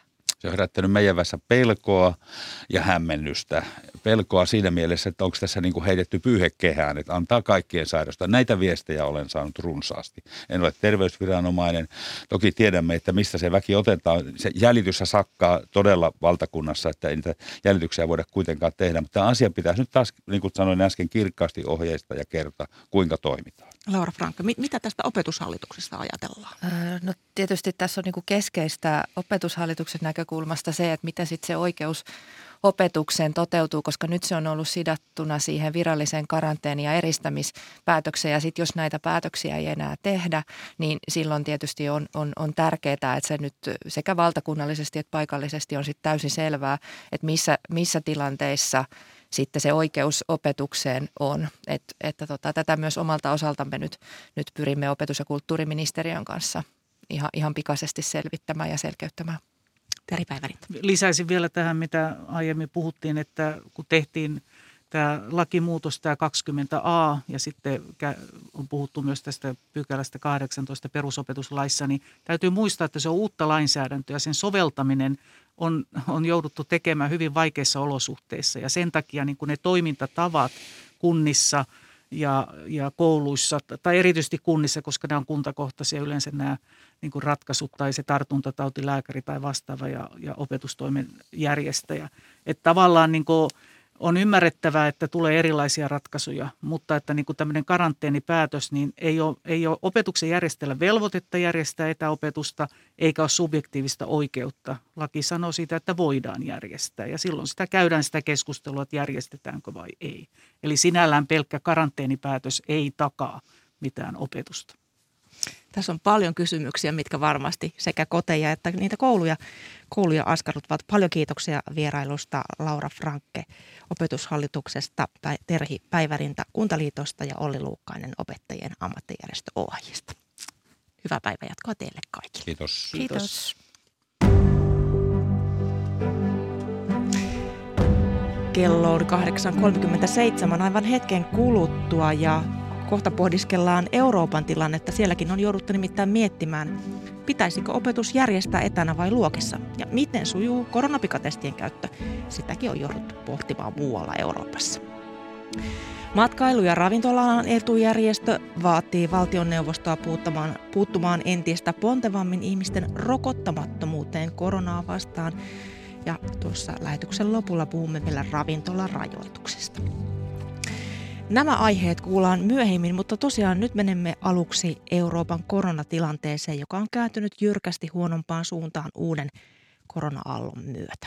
Se on herättänyt meidän väessä pelkoa ja hämmennystä. Pelkoa siinä mielessä, että onko tässä niin kuin heitetty pyyhekehään, että antaa kaikkien sairastua. Näitä viestejä olen saanut runsaasti. En ole terveysviranomainen. Toki tiedämme, että mistä se väki otetaan. Se jäljitys sakkaa todella valtakunnassa, että ei niitä jäljityksiä voida kuitenkaan tehdä. Mutta tämä asia pitäisi nyt taas, niin kuin sanoin äsken, kirkkaasti ohjeistaa ja kertoa, kuinka toimitaan. Laura Frankka, mitä tästä opetushallituksesta ajatellaan? No tietysti tässä on niin kuin keskeistä opetushallituksen näkökulmasta se, että miten sitten se oikeus opetukseen toteutuu, koska nyt se on ollut sidattuna siihen viralliseen karanteeni- ja eristämispäätökseen. Ja sitten jos näitä päätöksiä ei enää tehdä, niin silloin tietysti on, on, on tärkeää, että se nyt sekä valtakunnallisesti että paikallisesti on sitten täysin selvää, että missä, missä tilanteissa sitten se oikeus opetukseen on. Et, että tota, tätä myös omalta osaltamme nyt, nyt pyrimme opetus- ja kulttuuriministeriön kanssa ihan, ihan pikaisesti selvittämään ja selkeyttämään. Terhi Päivärinta. Lisäisin vielä tähän, mitä aiemmin puhuttiin, että kun tehtiin tämä lakimuutos, tämä kaksikymmentä A, ja sitten on puhuttu myös tästä pykälästä kahdeksantoista perusopetuslaissa, niin täytyy muistaa, että se on uutta lainsäädäntöä ja sen soveltaminen on, on jouduttu tekemään hyvin vaikeissa olosuhteissa. Ja sen takia niin kuin ne toimintatavat kunnissa ja, ja kouluissa, tai erityisesti kunnissa, koska nämä on kuntakohtaisia yleensä nämä niin kuin ratkaisut tai se tartuntatautilääkäri tai vastaava ja, ja opetustoimen järjestäjä. Että tavallaan niin kuin on ymmärrettävää, että tulee erilaisia ratkaisuja, mutta että niin kuin tämmöinen karanteenipäätös, niin ei ole, ei ole opetuksen järjestäjällä velvoitetta järjestää etäopetusta, eikä ole subjektiivista oikeutta. Laki sanoo siitä, että voidaan järjestää ja silloin sitä käydään sitä keskustelua, että järjestetäänkö vai ei. Eli sinällään pelkkä karanteenipäätös ei takaa mitään opetusta. Tässä on paljon kysymyksiä, mitkä varmasti sekä koteja että niitä kouluja, kouluja askarruttavat. Paljon kiitoksia vierailusta Laura Frankke opetushallituksesta, Terhi Päivärinta Kuntaliitosta ja Olli Luukkainen opettajien ammattijärjestö O A J:stä. Hyvää päivänjatkoa teille kaikille. Kiitos. Kiitos. Kello on kahdeksan kolmekymmentäseitsemän aivan hetken kuluttua ja kohta pohdiskellaan Euroopan tilannetta. Sielläkin on jouduttu nimittäin miettimään, pitäisikö opetus järjestää etänä vai luokissa. Ja miten sujuu koronapikatestien käyttö. Sitäkin on jouduttu pohtimaan muualla Euroopassa. Matkailu- ja ravintola-alan etujärjestö vaatii valtionneuvostoa puuttumaan, puuttumaan entistä pontevammin ihmisten rokottamattomuuteen koronaa vastaan. Ja tuossa lähetyksen lopulla puhumme vielä ravintolarajoituksista. Nämä aiheet kuullaan myöhemmin, mutta tosiaan nyt menemme aluksi Euroopan koronatilanteeseen, joka on kääntynyt jyrkästi huonompaan suuntaan uuden korona-aallon myötä.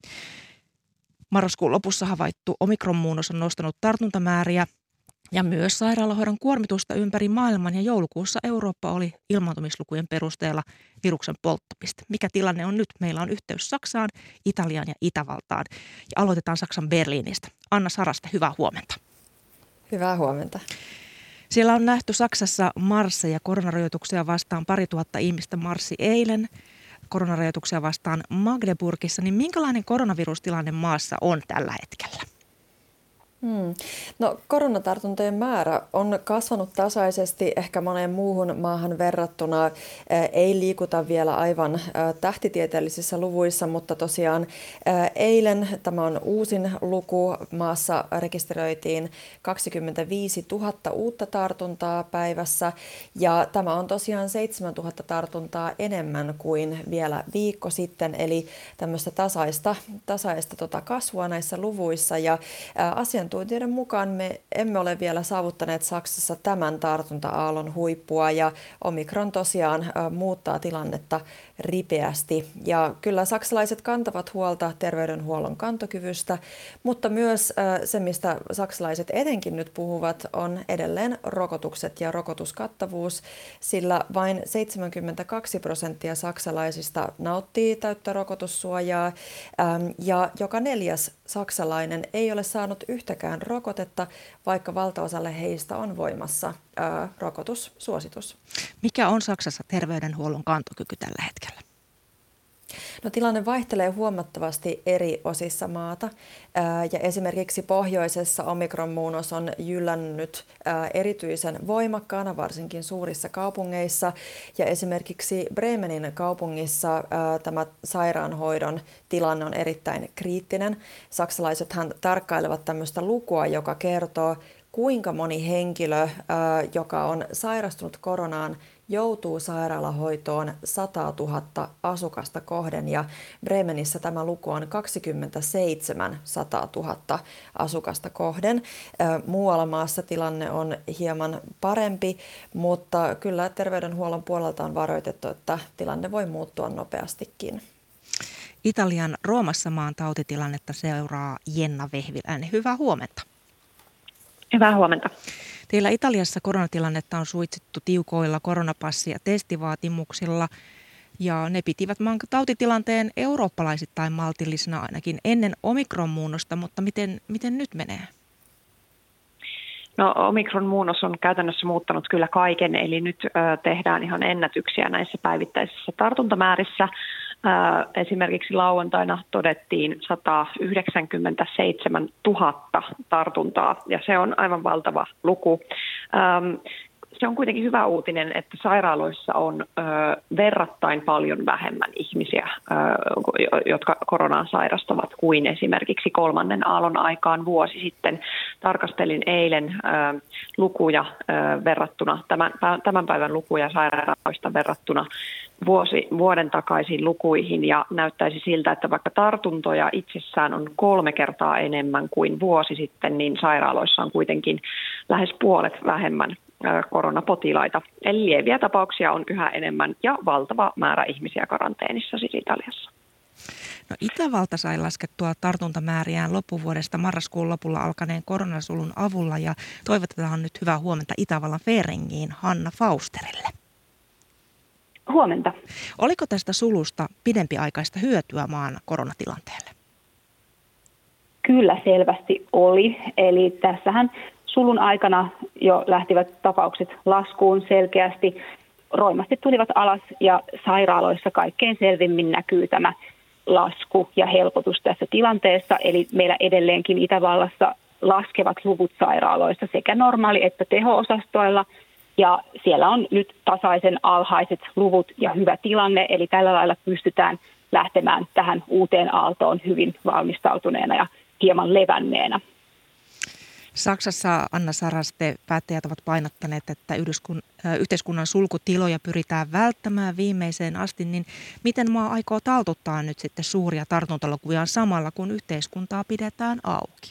Marraskuun lopussa havaittu omikronmuunnos on nostanut tartuntamääriä ja myös sairaalahoidon kuormitusta ympäri maailman ja joulukuussa Eurooppa oli ilmaantumislukujen perusteella viruksen polttopiste. Mikä tilanne on nyt? Meillä on yhteys Saksaan, Italiaan ja Itävaltaan ja aloitetaan Saksan Berliinistä. Anna Saraste, hyvää huomenta. Hyvää huomenta. Siellä on nähty Saksassa marsseja koronarajoituksia vastaan. Pari tuhatta ihmistä marssi eilen koronarajoituksia vastaan Magdeburgissa. Niin minkälainen koronavirustilanne maassa on tällä hetkellä? Hmm. No, koronatartuntojen määrä on kasvanut tasaisesti ehkä moneen muuhun maahan verrattuna. Ei liikuta vielä aivan tähtitieteellisissä luvuissa, mutta tosiaan eilen, tämä on uusin luku, maassa rekisteröitiin kaksikymmentäviisituhatta uutta tartuntaa päivässä ja tämä on tosiaan seitsemäntuhatta tartuntaa enemmän kuin vielä viikko sitten, eli tämmöistä tasaista, tasaista tota kasvua näissä luvuissa ja asian Asiantuntijoiden mukaan me emme ole vielä saavuttaneet Saksassa tämän tartunta-aallon huippua ja omikron tosiaan ä, muuttaa tilannetta ripeästi. Ja kyllä saksalaiset kantavat huolta terveydenhuollon kantokyvystä, mutta myös ä, se, mistä saksalaiset etenkin nyt puhuvat, on edelleen rokotukset ja rokotuskattavuus, sillä vain seitsemänkymmentäkaksi prosenttia saksalaisista nauttii täyttä rokotussuojaa ä, ja joka neljäs saksalainen ei ole saanut yhtäkään rokotetta, vaikka valtaosalle heistä on voimassa ää, rokotussuositus. Mikä on Saksassa terveydenhuollon kantokyky tällä hetkellä? No, tilanne vaihtelee huomattavasti eri osissa maata ja esimerkiksi pohjoisessa omikronmuunnos on jyllännyt erityisen voimakkaana, varsinkin suurissa kaupungeissa, ja esimerkiksi Bremenin kaupungissa tämä sairaanhoidon tilanne on erittäin kriittinen. Saksalaisethan tarkkailevat tämmöistä lukua, joka kertoo, kuinka moni henkilö, joka on sairastunut koronaan, joutuu sairaalahoitoon sata tuhatta asukasta kohden, ja Bremenissä tämä luku on kaksikymmentäseitsemän sata tuhatta asukasta kohden. Muualla maassa tilanne on hieman parempi, mutta kyllä terveydenhuollon puolelta on varoitettu, että tilanne voi muuttua nopeastikin. Italian Roomassa maan tautitilannetta seuraa Jenna Vehviläinen. Hyvää huomenta. Hyvää huomenta. Teillä Italiassa koronatilannetta on suitsittu tiukoilla koronapassi- ja testivaatimuksilla, ja ne pitivät maan tautitilanteen eurooppalaisittain maltillisena ainakin ennen omikronmuunnosta, mutta miten, miten nyt menee? No, omikronmuunnos on käytännössä muuttanut kyllä kaiken, eli nyt ö, tehdään ihan ennätyksiä näissä päivittäisissä tartuntamäärissä. Ö, esimerkiksi lauantaina todettiin sata yhdeksänkymmentäseitsemän tuhatta tartuntaa, ja se on aivan valtava luku. Ö, Se on kuitenkin hyvä uutinen, että sairaaloissa on ö, verrattain paljon vähemmän ihmisiä, ö, jotka koronaan sairastuvat kuin esimerkiksi kolmannen aallon aikaan vuosi sitten. Tarkastelin eilen ö, lukuja ö, verrattuna, tämän, tämän päivän lukuja sairaaloista verrattuna vuosi, vuoden takaisiin lukuihin, ja näyttäisi siltä, että vaikka tartuntoja itsessään on kolme kertaa enemmän kuin vuosi sitten, niin sairaaloissa on kuitenkin lähes puolet vähemmän koronapotilaita. Eli lieviä tapauksia on yhä enemmän ja valtava määrä ihmisiä karanteenissa siis Italiassa. No, Itävalta sai laskettua tartuntamääriään loppuvuodesta marraskuun lopulla alkaneen koronasulun avulla, ja toivotetaan nyt hyvää huomenta Itävallan Ferengiin Hanna Fausterille. Huomenta. Oliko tästä sulusta pidempiaikaista hyötyä maan koronatilanteelle? Kyllä selvästi oli. Eli tässähän sulun aikana jo lähtivät tapaukset laskuun selkeästi, roimasti tulivat alas, ja sairaaloissa kaikkein selvimmin näkyy tämä lasku ja helpotus tässä tilanteessa. Eli meillä edelleenkin Itävallassa laskevat luvut sairaaloissa sekä normaali- että teho-osastoilla, ja siellä on nyt tasaisen alhaiset luvut ja hyvä tilanne, eli tällä lailla pystytään lähtemään tähän uuteen aaltoon hyvin valmistautuneena ja hieman levänneenä. Saksassa, Anna Saraste, päättäjät ovat painottaneet, että yhteiskunnan sulkutiloja pyritään välttämään viimeiseen asti, niin miten maa aikoo taltuttaa nyt sitten suuria tartuntalukuja samalla, kun yhteiskuntaa pidetään auki?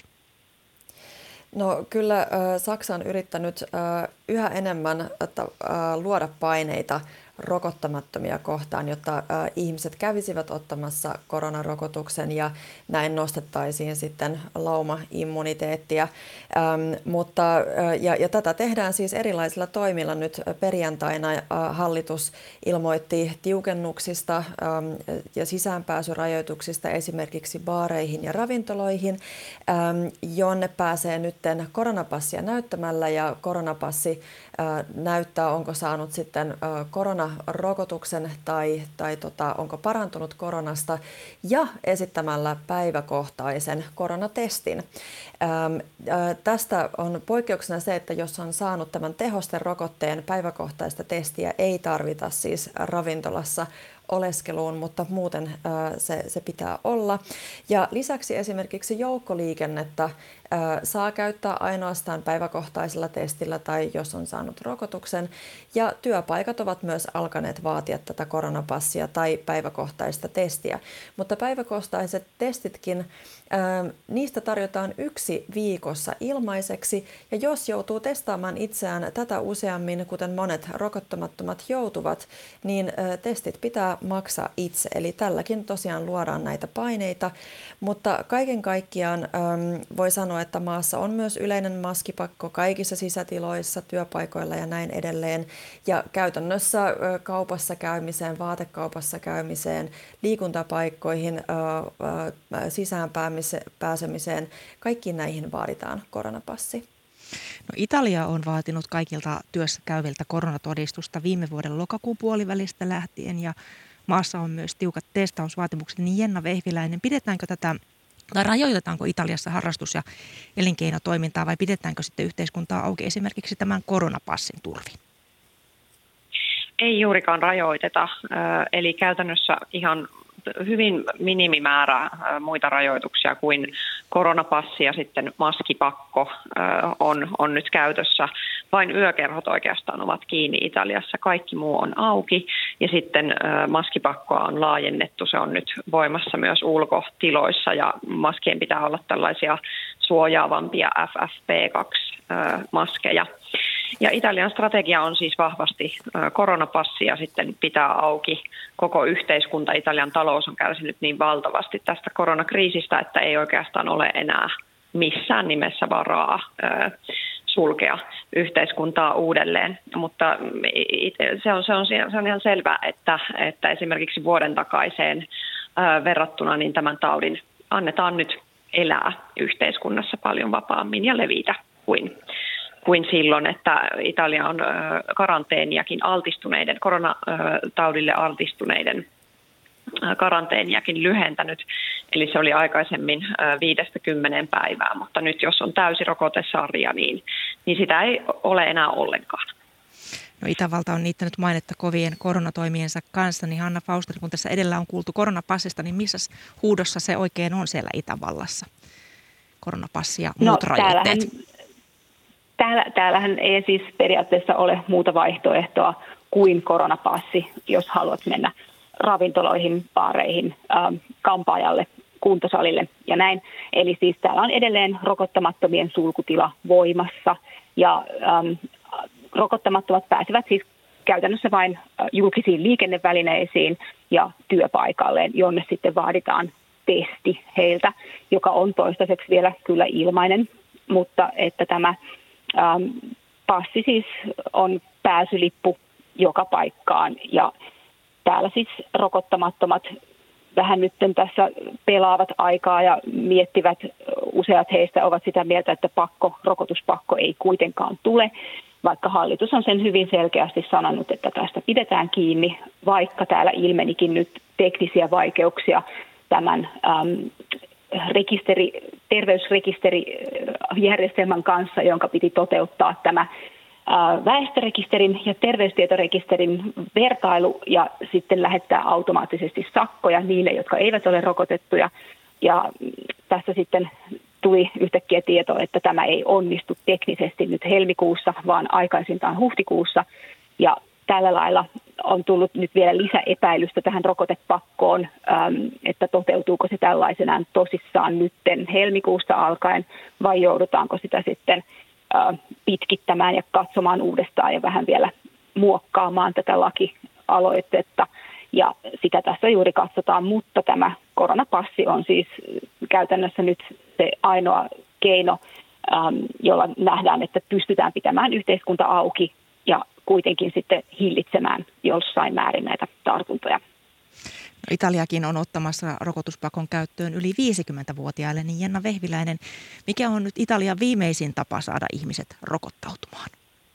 No kyllä äh, Saksa on yrittänyt äh, yhä enemmän että, äh, luoda paineita rokottamattomia kohtaan, jotta äh, ihmiset kävisivät ottamassa koronarokotuksen ja näin nostettaisiin sitten laumaimmuniteettia. Ähm, mutta, äh, ja, ja tätä tehdään siis erilaisilla toimilla. Nyt perjantaina äh, hallitus ilmoitti tiukennuksista ähm, ja sisäänpääsyrajoituksista esimerkiksi baareihin ja ravintoloihin, ähm, jonne pääsee nytten koronapassia näyttämällä, ja koronapassi äh, näyttää, onko saanut sitten äh, korona rokotuksen tai, tai tota, onko parantunut koronasta, ja esittämällä päiväkohtaisen koronatestin. Ähm, äh, tästä on poikkeuksena se, että jos on saanut tämän tehosterokotteen, päiväkohtaista testiä ei tarvita siis ravintolassa oleskeluun, mutta muuten äh, se, se pitää olla. Ja lisäksi esimerkiksi joukkoliikennettä äh, saa käyttää ainoastaan päiväkohtaisella testillä tai jos on saanut rokotuksen. Ja työpaikat ovat myös alkaneet vaatia tätä koronapassia tai päiväkohtaista testiä. Mutta päiväkohtaiset testitkin, äh, niistä tarjotaan yksi viikossa ilmaiseksi. Ja jos joutuu testaamaan itseään tätä useammin, kuten monet rokottamattomat joutuvat, niin äh, testit pitää maksaa itse. Eli tälläkin tosiaan luodaan näitä paineita, mutta kaiken kaikkiaan äm, voi sanoa, että maassa on myös yleinen maskipakko kaikissa sisätiloissa, työpaikoilla ja näin edelleen. Ja käytännössä ä, kaupassa käymiseen, vaatekaupassa käymiseen, liikuntapaikkoihin, ä, ä, sisään pääsemiseen, kaikkiin näihin vaaditaan koronapassi. No, Italia on vaatinut kaikilta työssä käyviltä koronatodistusta viime vuoden lokakuun puolivälistä lähtien, ja Maassa on myös tiukat testausvaatimukset. Niin Jenna Vehviläinen, pidetäänkö tätä tai rajoitetaanko Italiassa harrastus- ja elinkeinotoimintaa vai pidetäänkö sitten yhteiskuntaa auki esimerkiksi tämän koronapassin turvin? Ei juurikaan rajoiteta, eli käytännössä ihan hyvin minimimäärä muita rajoituksia kuin koronapassi ja sitten maskipakko on, on nyt käytössä. Vain yökerhot oikeastaan ovat kiinni Italiassa, kaikki muu on auki ja sitten maskipakkoa on laajennettu. Se on nyt voimassa myös ulkotiloissa ja maskien pitää olla tällaisia suojaavampia F F P kaksi maskeja. Ja Italian strategia on siis vahvasti koronapassi ja sitten pitää auki koko yhteiskunta. Italian talous on kärsinyt niin valtavasti tästä koronakriisistä, että ei oikeastaan ole enää missään nimessä varaa sulkea yhteiskuntaa uudelleen. Mutta se on, se on, se on ihan selvää, että, että esimerkiksi vuoden takaiseen verrattuna niin tämän taudin annetaan nyt elää yhteiskunnassa paljon vapaammin ja levitä kuin kuin silloin, että Italia on karanteeniakin altistuneiden, koronataudille altistuneiden karanteeniakin lyhentänyt. Eli se oli aikaisemmin viidestä kymmeneen päivää, mutta nyt jos on täysi rokotesarja, niin, niin sitä ei ole enää ollenkaan. No Itävalta on niittänyt mainetta kovien koronatoimiensa kanssa, niin Hanna Fausteri, kun tässä edellä on kuultu koronapassista, niin missä huudossa se oikein on siellä Itävallassa? Koronapassi ja muut no, rajoitteet. Täällä, täällähän ei siis periaatteessa ole muuta vaihtoehtoa kuin koronapassi, jos haluat mennä ravintoloihin, baareihin, ähm, kampaajalle, kuntosalille ja näin. Eli siis täällä on edelleen rokottamattomien sulkutila voimassa ja ähm, rokottamattomat pääsevät siis käytännössä vain julkisiin liikennevälineisiin ja työpaikalleen, jonne sitten vaaditaan testi heiltä, joka on toistaiseksi vielä kyllä ilmainen, mutta että tämä ähm, passi siis on pääsylippu joka paikkaan ja täällä siis rokottamattomat vähän nyt tässä pelaavat aikaa ja miettivät, useat heistä ovat sitä mieltä, että pakko, rokotuspakko ei kuitenkaan tule, vaikka hallitus on sen hyvin selkeästi sanonut, että tästä pidetään kiinni, vaikka täällä ilmenikin nyt teknisiä vaikeuksia tämän äm, rekisteri, terveysrekisterijärjestelmän kanssa, jonka piti toteuttaa tämä väestörekisterin ja terveystietorekisterin vertailu ja sitten lähettää automaattisesti sakkoja niille, jotka eivät ole rokotettuja. Ja tässä sitten tuli yhtäkkiä tieto, että tämä ei onnistu teknisesti nyt helmikuussa, vaan aikaisintaan huhtikuussa. Ja tällä lailla on tullut nyt vielä lisäepäilystä tähän rokotepakkoon, että toteutuuko se tällaisenaan tosissaan nytten helmikuusta alkaen vai joudutaanko sitä sitten pitkittämään ja katsomaan uudestaan ja vähän vielä muokkaamaan tätä lakialoitetta. Ja sitä tässä juuri katsotaan, mutta tämä koronapassi on siis käytännössä nyt se ainoa keino, jolla nähdään, että pystytään pitämään yhteiskunta auki ja kuitenkin sitten hillitsemään jossain määrin näitä tartuntoja. No, Italiakin on ottamassa rokotuspakon käyttöön yli viisikymmentävuotiaille, niin Jenna Vehviläinen, mikä on nyt Italian viimeisin tapa saada ihmiset rokottautumaan?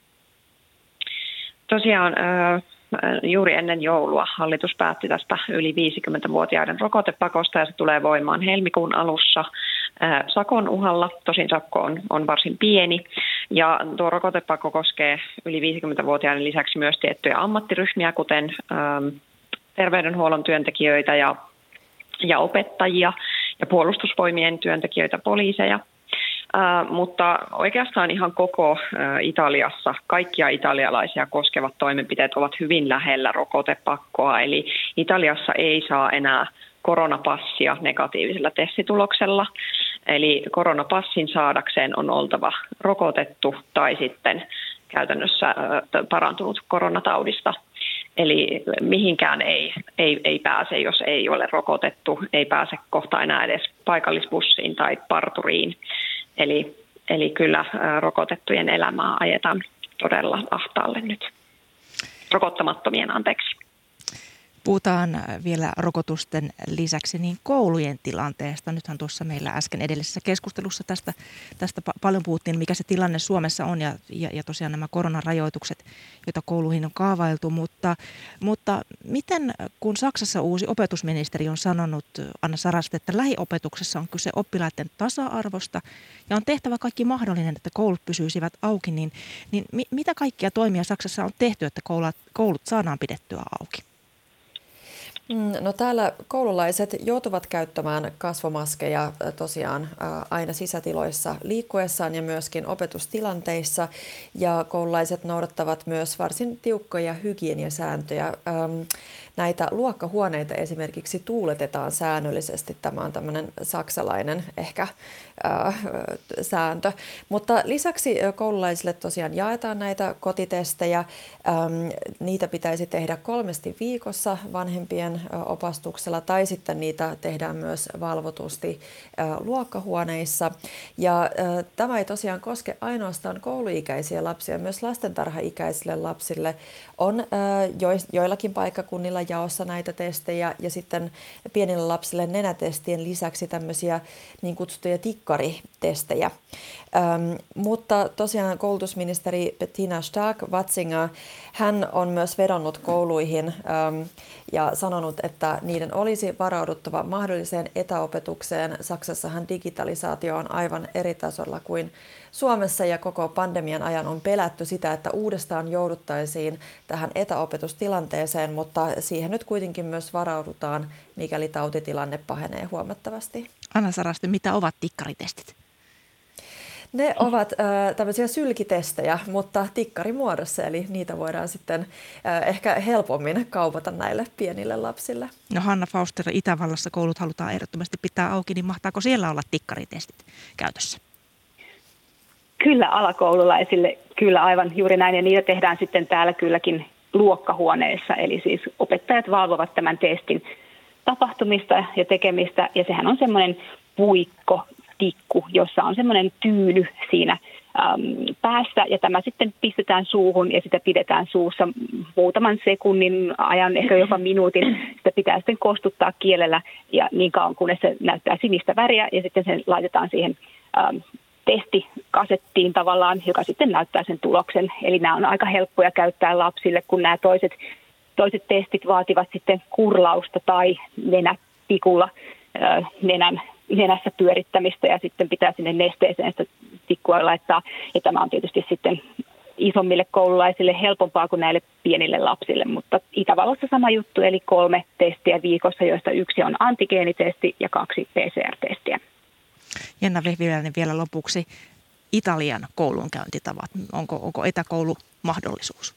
Tosiaan juuri ennen joulua hallitus päätti tästä yli viisikymmentävuotiaiden rokotepakosta ja se tulee voimaan helmikuun alussa sakon uhalla. Tosin sakko on, on varsin pieni ja tuo rokotepakko koskee yli viisikymmentävuotiaiden lisäksi myös tiettyjä ammattiryhmiä, kuten terveydenhuollon työntekijöitä ja, ja opettajia ja puolustusvoimien työntekijöitä, poliiseja. Uh, mutta oikeastaan ihan koko uh, Italiassa kaikkia italialaisia koskevat toimenpiteet ovat hyvin lähellä rokotepakkoa. Eli Italiassa ei saa enää koronapassia negatiivisella testituloksella. Eli koronapassin saadakseen on oltava rokotettu tai sitten käytännössä uh, parantunut koronataudista. Eli mihinkään ei, ei, ei pääse, jos ei ole rokotettu, ei pääse kohta enää edes paikallisbussiin tai parturiin. Eli, eli kyllä rokotettujen elämää ajetaan todella ahtaalle nyt. Rokottamattomien, anteeksi. Puhutaan vielä rokotusten lisäksi niin koulujen tilanteesta. Nythän tuossa meillä äsken edellisessä keskustelussa tästä, tästä paljon puhuttiin, mikä se tilanne Suomessa on ja, ja, ja tosiaan nämä koronarajoitukset, joita kouluihin on kaavailtu. Mutta, mutta miten, kun Saksassa uusi opetusministeri on sanonut, Anna Saraste, että lähiopetuksessa on kyse oppilaiden tasa-arvosta ja on tehtävä kaikki mahdollinen, että koulut pysyisivät auki, niin, niin mi, mitä kaikkia toimia Saksassa on tehty, että koulut, koulut saadaan pidettyä auki? No täällä koululaiset joutuvat käyttämään kasvomaskeja tosiaan aina sisätiloissa liikkuessaan ja myöskin opetustilanteissa. Ja koululaiset noudattavat myös varsin tiukkoja hygieniasääntöjä. Näitä luokkahuoneita esimerkiksi tuuletetaan säännöllisesti. Tämä on tämmöinen saksalainen ehkä äh, sääntö. Mutta lisäksi koululaisille tosiaan jaetaan näitä kotitestejä. Ähm, niitä pitäisi tehdä kolmesti viikossa vanhempien opastuksella tai sitten niitä tehdään myös valvotusti äh, luokkahuoneissa. Ja äh, tämä ei tosiaan koske ainoastaan kouluikäisiä lapsia, myös lastentarhaikäisille lapsille on äh, jo, joillakin paikkakunnilla jaossa näitä testejä ja sitten pienille lapsille nenätestien lisäksi tämmöisiä niin kutsuttuja tikkaritestejä. Ähm, mutta tosiaan koulutusministeri Bettina Stark-Watzinger, hän on myös vedonnut kouluihin ähm, ja sanonut, että niiden olisi varauduttava mahdolliseen etäopetukseen. Saksassahan digitalisaatio on aivan eri tasolla kuin Suomessa ja koko pandemian ajan on pelätty sitä, että uudestaan jouduttaisiin tähän etäopetustilanteeseen, mutta siihen nyt kuitenkin myös varaudutaan, mikäli tautitilanne pahenee huomattavasti. Anna Saraste, mitä ovat tikkaritestit? Ne ovat äh, tämmöisiä sylkitestejä, mutta tikkarimuodossa, eli niitä voidaan sitten äh, ehkä helpommin kaupata näille pienille lapsille. No Hanna Fauster, Itävallassa koulut halutaan ehdottomasti pitää auki, niin mahtaako siellä olla tikkaritestit käytössä? Kyllä alakoululaisille, kyllä aivan juuri näin, ja niitä tehdään sitten täällä kylläkin luokkahuoneessa, eli siis opettajat valvovat tämän testin tapahtumista ja tekemistä, ja sehän on semmoinen puikko, tikku, jossa on semmoinen tyyny siinä äm, päässä, ja tämä sitten pistetään suuhun, ja sitä pidetään suussa muutaman sekunnin ajan, ehkä jopa minuutin. Sitä pitää sitten kostuttaa kielellä, ja niin kauan kunnes se näyttää sinistä väriä, ja sitten se laitetaan siihen äm, testikasettiin tavallaan, joka sitten näyttää sen tuloksen. Eli nämä on aika helppoja käyttää lapsille, kun nämä toiset, toiset testit vaativat sitten kurlausta tai nenätikulla äh, nenän nenässä pyörittämistä ja sitten pitää sinne nesteeseen sitä tikkua laittaa. Ja tämä on tietysti sitten isommille koululaisille helpompaa kuin näille pienille lapsille, mutta Itävallassa sama juttu, eli kolme testiä viikossa, joista yksi on antigeenitesti ja kaksi P C R-testiä. Jenna Vehviläinen vielä lopuksi. Italian koulunkäyntitavat. Onko, onko etäkoulu mahdollisuus?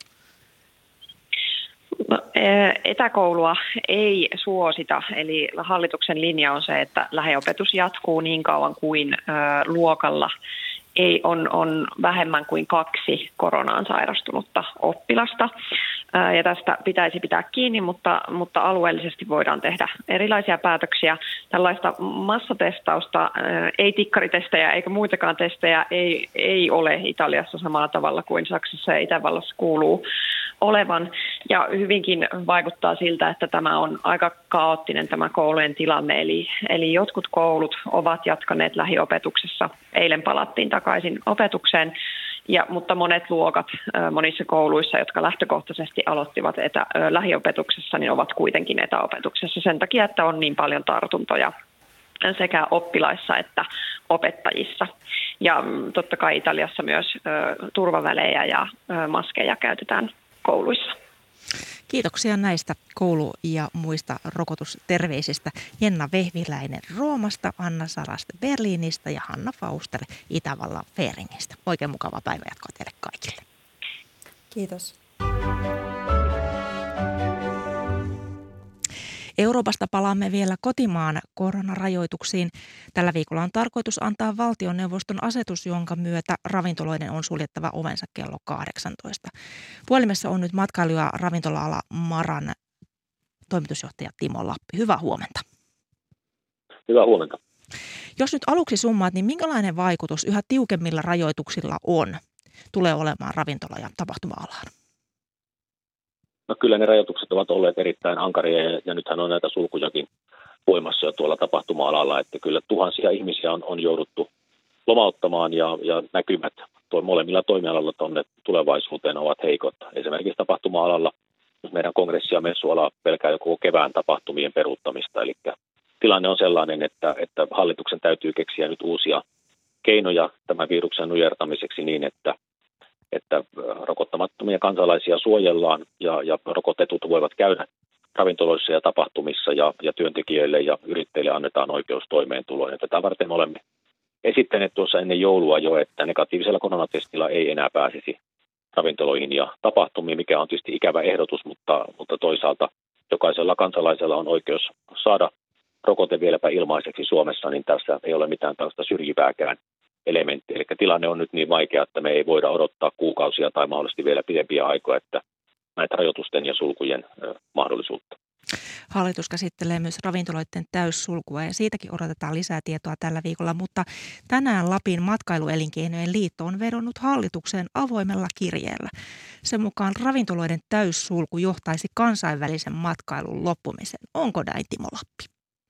No, etäkoulua ei suosita, eli hallituksen linja on se, että lähiopetus jatkuu niin kauan kuin luokalla ei on, on vähemmän kuin kaksi koronaan sairastunutta oppilasta. Ja tästä pitäisi pitää kiinni, mutta, mutta alueellisesti voidaan tehdä erilaisia päätöksiä. Tällaista massatestausta, ei tikkaritestejä eikä muitakaan testejä ei, ei ole Italiassa samalla tavalla kuin Saksassa ja Itävallassa kuuluu olevan. Ja hyvinkin vaikuttaa siltä, että tämä on aika kaoottinen tämä koulujen tilanne. Eli, eli jotkut koulut ovat jatkaneet lähiopetuksessa. Eilen palattiin takaisin opetukseen. Ja, mutta monet luokat monissa kouluissa, jotka lähtökohtaisesti aloittivat etä, lähiopetuksessa, niin ovat kuitenkin etäopetuksessa sen takia, että on niin paljon tartuntoja sekä oppilaissa että opettajissa. Ja totta kai Italiassa myös ö, turvavälejä ja ö, maskeja käytetään kouluissa. Kiitoksia näistä koulu- ja muista rokotusterveisistä. Jenna Vehviläinen Roomasta, Anna Saraste Berliinistä ja Hanna Fauster Itävallan Färingistä. Oikein mukavaa päivänjatkoa teille kaikille. Kiitos. Euroopasta palaamme vielä kotimaan koronarajoituksiin. Tällä viikolla on tarkoitus antaa valtioneuvoston asetus, jonka myötä ravintoloiden on suljettava ovensa kello kahdeksantoista. Puhelimessa on nyt matkailu- ja ravintola-ala Maran toimitusjohtaja Timo Lappi. Hyvää huomenta. Hyvää huomenta. Jos nyt aluksi summaat, niin minkälainen vaikutus yhä tiukemmilla rajoituksilla on, tulee olemaan ravintola- ja tapahtuma-alaan? No kyllä ne rajoitukset ovat olleet erittäin ankaria ja, ja nythän on näitä sulkujakin voimassa jo tuolla tapahtuma-alalla, että kyllä tuhansia ihmisiä on, on jouduttu lomauttamaan ja, ja näkymät toi, molemmilla toimialalla tuonne tulevaisuuteen ovat heikot. Esimerkiksi tapahtuma-alalla meidän kongressi- ja messuala pelkää jo koko kevään tapahtumien peruuttamista, eli tilanne on sellainen, että, että hallituksen täytyy keksiä nyt uusia keinoja tämän viruksen nujertamiseksi niin, että, että rokottamattomia kansalaisia suojellaan ja, ja rokotetut voivat käydä ravintoloissa ja tapahtumissa ja, ja työntekijöille ja yrittäjille annetaan oikeus toimeentuloon. Ja tätä varten me olemme esittäneet tuossa ennen joulua jo, että negatiivisella koronatestillä ei enää pääsisi ravintoloihin ja tapahtumiin, mikä on tietysti ikävä ehdotus, mutta, mutta toisaalta jokaisella kansalaisella on oikeus saada rokote vieläpä ilmaiseksi Suomessa, niin tässä ei ole mitään tällaista syrjivääkään elementtiä. Eli tilanne on nyt niin vaikea, että me ei voida odottaa kuukausia tai mahdollisesti vielä pidempiä aikoja, että näitä rajoitusten ja sulkujen ö, mahdollisuutta. Hallitus käsittelee myös ravintoloiden täyssulkua ja siitäkin odotetaan lisää tietoa tällä viikolla, mutta tänään Lapin matkailuelinkeinojen liitto on vedonnut hallitukseen avoimella kirjeellä. Sen mukaan ravintoloiden täyssulku johtaisi kansainvälisen matkailun loppumiseen. Onko näin, Timo Lappi?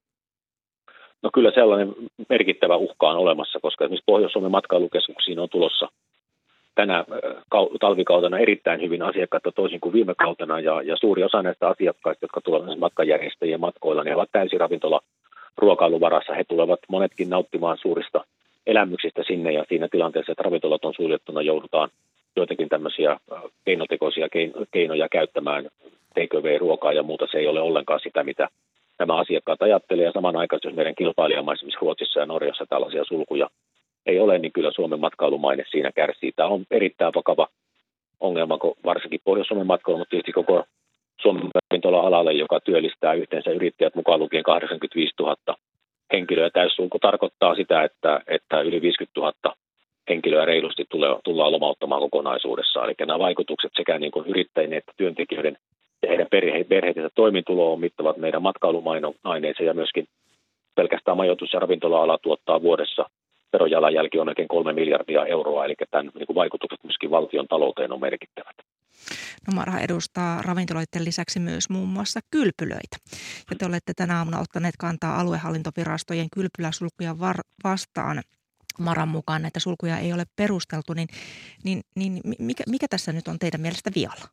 No kyllä sellainen merkittävä uhka on olemassa, koska esimerkiksi Pohjois-Suomen matkailukeskuksiin on tulossa tänä talvikautena erittäin hyvin asiakkaita toisin kuin viime kautena ja, ja suuri osa näistä asiakkaista, jotka tulevat matkanjärjestäjien matkoilla, niin he ovat täysin ravintola ruokailuvarassa. He tulevat monetkin nauttimaan suurista elämyksistä sinne ja siinä tilanteessa, että ravintolat on suljettuna, joudutaan joitakin tämmöisiä keinotekoisia keinoja käyttämään, take away-ruokaa ja muuta. Se ei ole ollenkaan sitä, mitä nämä asiakkaat ajattelee ja samanaikaisesti, jos meidän kilpailijamaissa, esimerkiksi Ruotsissa ja Norjassa tällaisia sulkuja ei ole, niin kyllä Suomen matkailumaine siinä kärsii. Tämä on erittäin vakava ongelma, varsinkin Pohjois-Suomen matkailu, mutta tietysti koko Suomen ravintola-alalle, joka työllistää yhteensä yrittäjät mukaan lukien kahdeksankymmentäviisituhatta henkilöä. Täyssulku tarkoittaa sitä, että, että yli viisikymmentätuhatta henkilöä reilusti tulee, tullaan lomauttamaan kokonaisuudessaan. Eli nämä vaikutukset sekä niin kuin yrittäjien että työntekijöiden ja heidän perhe- perheidensä toimintuloon on mittavat meidän matkailumaineeseen ja myöskin pelkästään majoitus- ja ravintola-ala tuottaa vuodessa verojalanjälki on melkein kolme miljardia euroa, eli tämän niin kuin vaikutukset myöskin valtion talouteen on merkittävät. No Marha edustaa ravintoloiden lisäksi myös muun muassa kylpylöitä. Ja te olette tänä aamuna ottaneet kantaa aluehallintovirastojen kylpyläsulkuja var- vastaan. Maran mukaan näitä sulkuja ei ole perusteltu, niin, niin, niin mikä, mikä tässä nyt on teidän mielestä vialla?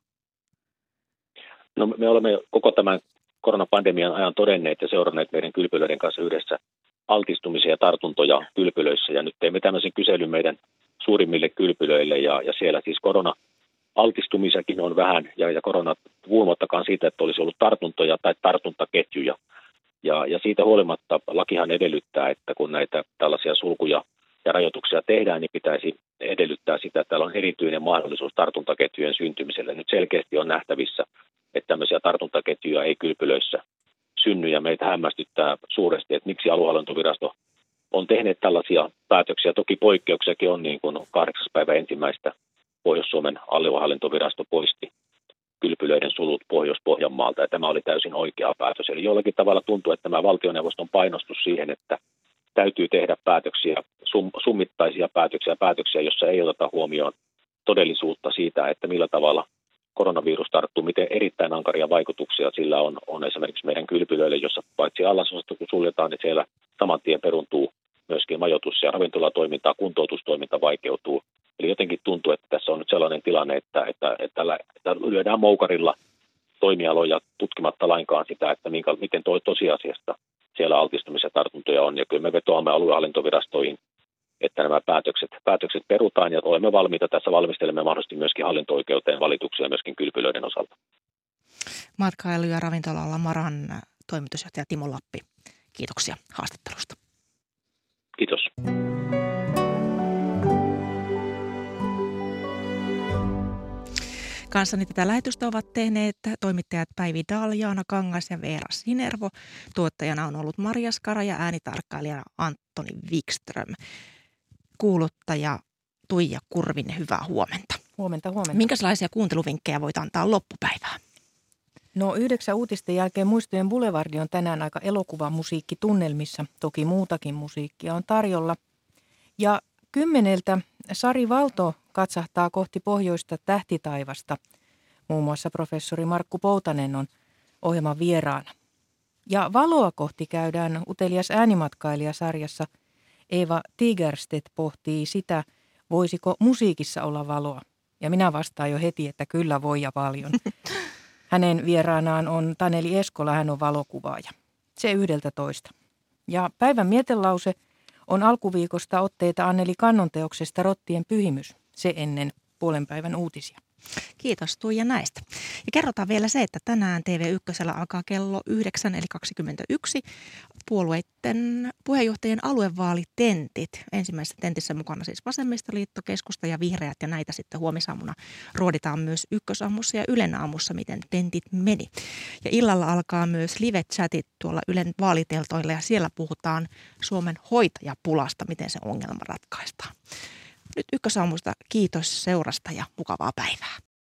No me olemme koko tämän koronapandemian ajan todenneet ja seuranneet meidän kylpylöiden kanssa yhdessä altistumisia ja tartuntoja kylpylöissä. Ja nyt teemme tämmöisen kyselyn meidän suurimmille kylpylöille ja, ja siellä siis korona-altistumisakin on vähän ja, ja korona puhumattakaan siitä, että olisi ollut tartuntoja tai tartuntaketjuja. Ja, ja siitä huolimatta lakihan edellyttää, että kun näitä tällaisia sulkuja ja rajoituksia tehdään, niin pitäisi edellyttää sitä, että täällä on erityinen mahdollisuus tartuntaketjujen syntymiselle. Nyt selkeästi on nähtävissä, että tämmöisiä tartuntaketjuja ei kylpylöissä synny ja meitä hämmästyttää suuresti, että miksi aluehallintovirasto on tehnyt tällaisia päätöksiä. Toki poikkeuksiakin on, niin kuin kahdeksas päivä ensimmäistä Pohjois-Suomen aluehallintovirasto poisti kylpylöiden sulut Pohjois-Pohjanmaalta ja tämä oli täysin oikea päätös. Eli jollakin tavalla tuntuu, että tämä valtioneuvoston painostus siihen, että täytyy tehdä päätöksiä, sum, summittaisia päätöksiä, päätöksiä, jossa ei oteta huomioon todellisuutta siitä, että millä tavalla koronavirus tarttuu, miten erittäin ankaria vaikutuksia sillä on, on esimerkiksi meidän kylpylöille, jossa paitsi allasosasto kun suljetaan, niin siellä saman tien peruntuu myöskin majoitus- ja ravintolatoiminta, kuntoutustoiminta vaikeutuu. Eli jotenkin tuntuu, että tässä on nyt sellainen tilanne, että, että, että, että lyödään moukarilla toimialoja tutkimatta lainkaan sitä, että minkä, miten toi tosiasiasta siellä altistumisia tartuntoja on. Ja kyllä me vetoamme aluehallintovirastoihin, että nämä päätökset, päätökset perutaan ja olemme valmiita tässä valmistelemme mahdollisesti myöskin hallinto-oikeuteen valituksia myöskin kylpylöiden osalta. Matkailu- ja ravintola-ala Maran toimitusjohtaja Timo Lappi, kiitoksia haastattelusta. Kiitos. Kanssani tätä lähetystä ovat tehneet toimittajat Päivi Dahl, Jaana Kangas ja Veera Sinervo. Tuottajana on ollut Maria Skara ja äänitarkkailijana Antoni Wikström. Kuuluttaja Tuija Kurvinen, hyvää huomenta. Huomenta, huomenta. Minkälaisia kuunteluvinkkejä voit antaa loppupäivään? No yhdeksän uutisten jälkeen Muistojen Boulevardi on tänään aika elokuvamusiikkitunnelmissa. Toki muutakin musiikkia on tarjolla. Ja kymmeneltä Sari Valto katsahtaa kohti pohjoista tähtitaivasta. Muun muassa professori Markku Poutanen on ohjelman vieraana. Ja valoa kohti käydään Utelias äänimatkailijasarjassa. Eeva Tigerstedt pohtii sitä, voisiko musiikissa olla valoa. Ja minä vastaan jo heti, että kyllä voi ja paljon. Hänen vieraanaan on Taneli Eskola, hän on valokuvaaja. Se yhdeltä toista. Ja päivän mietelause on alkuviikosta otteita Anneli Kannon teoksesta Rottien pyhimys, se ennen puolen päivän uutisia. Kiitos Tuija näistä. Ja kerrotaan vielä se, että tänään T V yksi alkaa kello yhdeksän eli kaksikymmentäyksi puolueiden puheenjohtajien aluevaalitentit. Ensimmäisessä tentissä mukana siis Vasemmistoliitto, Keskusta ja Vihreät ja näitä sitten huomisaamuna ruoditaan myös Ykkösaamussa ja Ylen aamussa, miten tentit meni. Ja illalla alkaa myös live-chatit tuolla Ylen vaaliteltoilla ja siellä puhutaan Suomen hoitajapulasta, miten se ongelma ratkaistaan. Nyt Ykkösaamusta kiitos seurasta ja mukavaa päivää.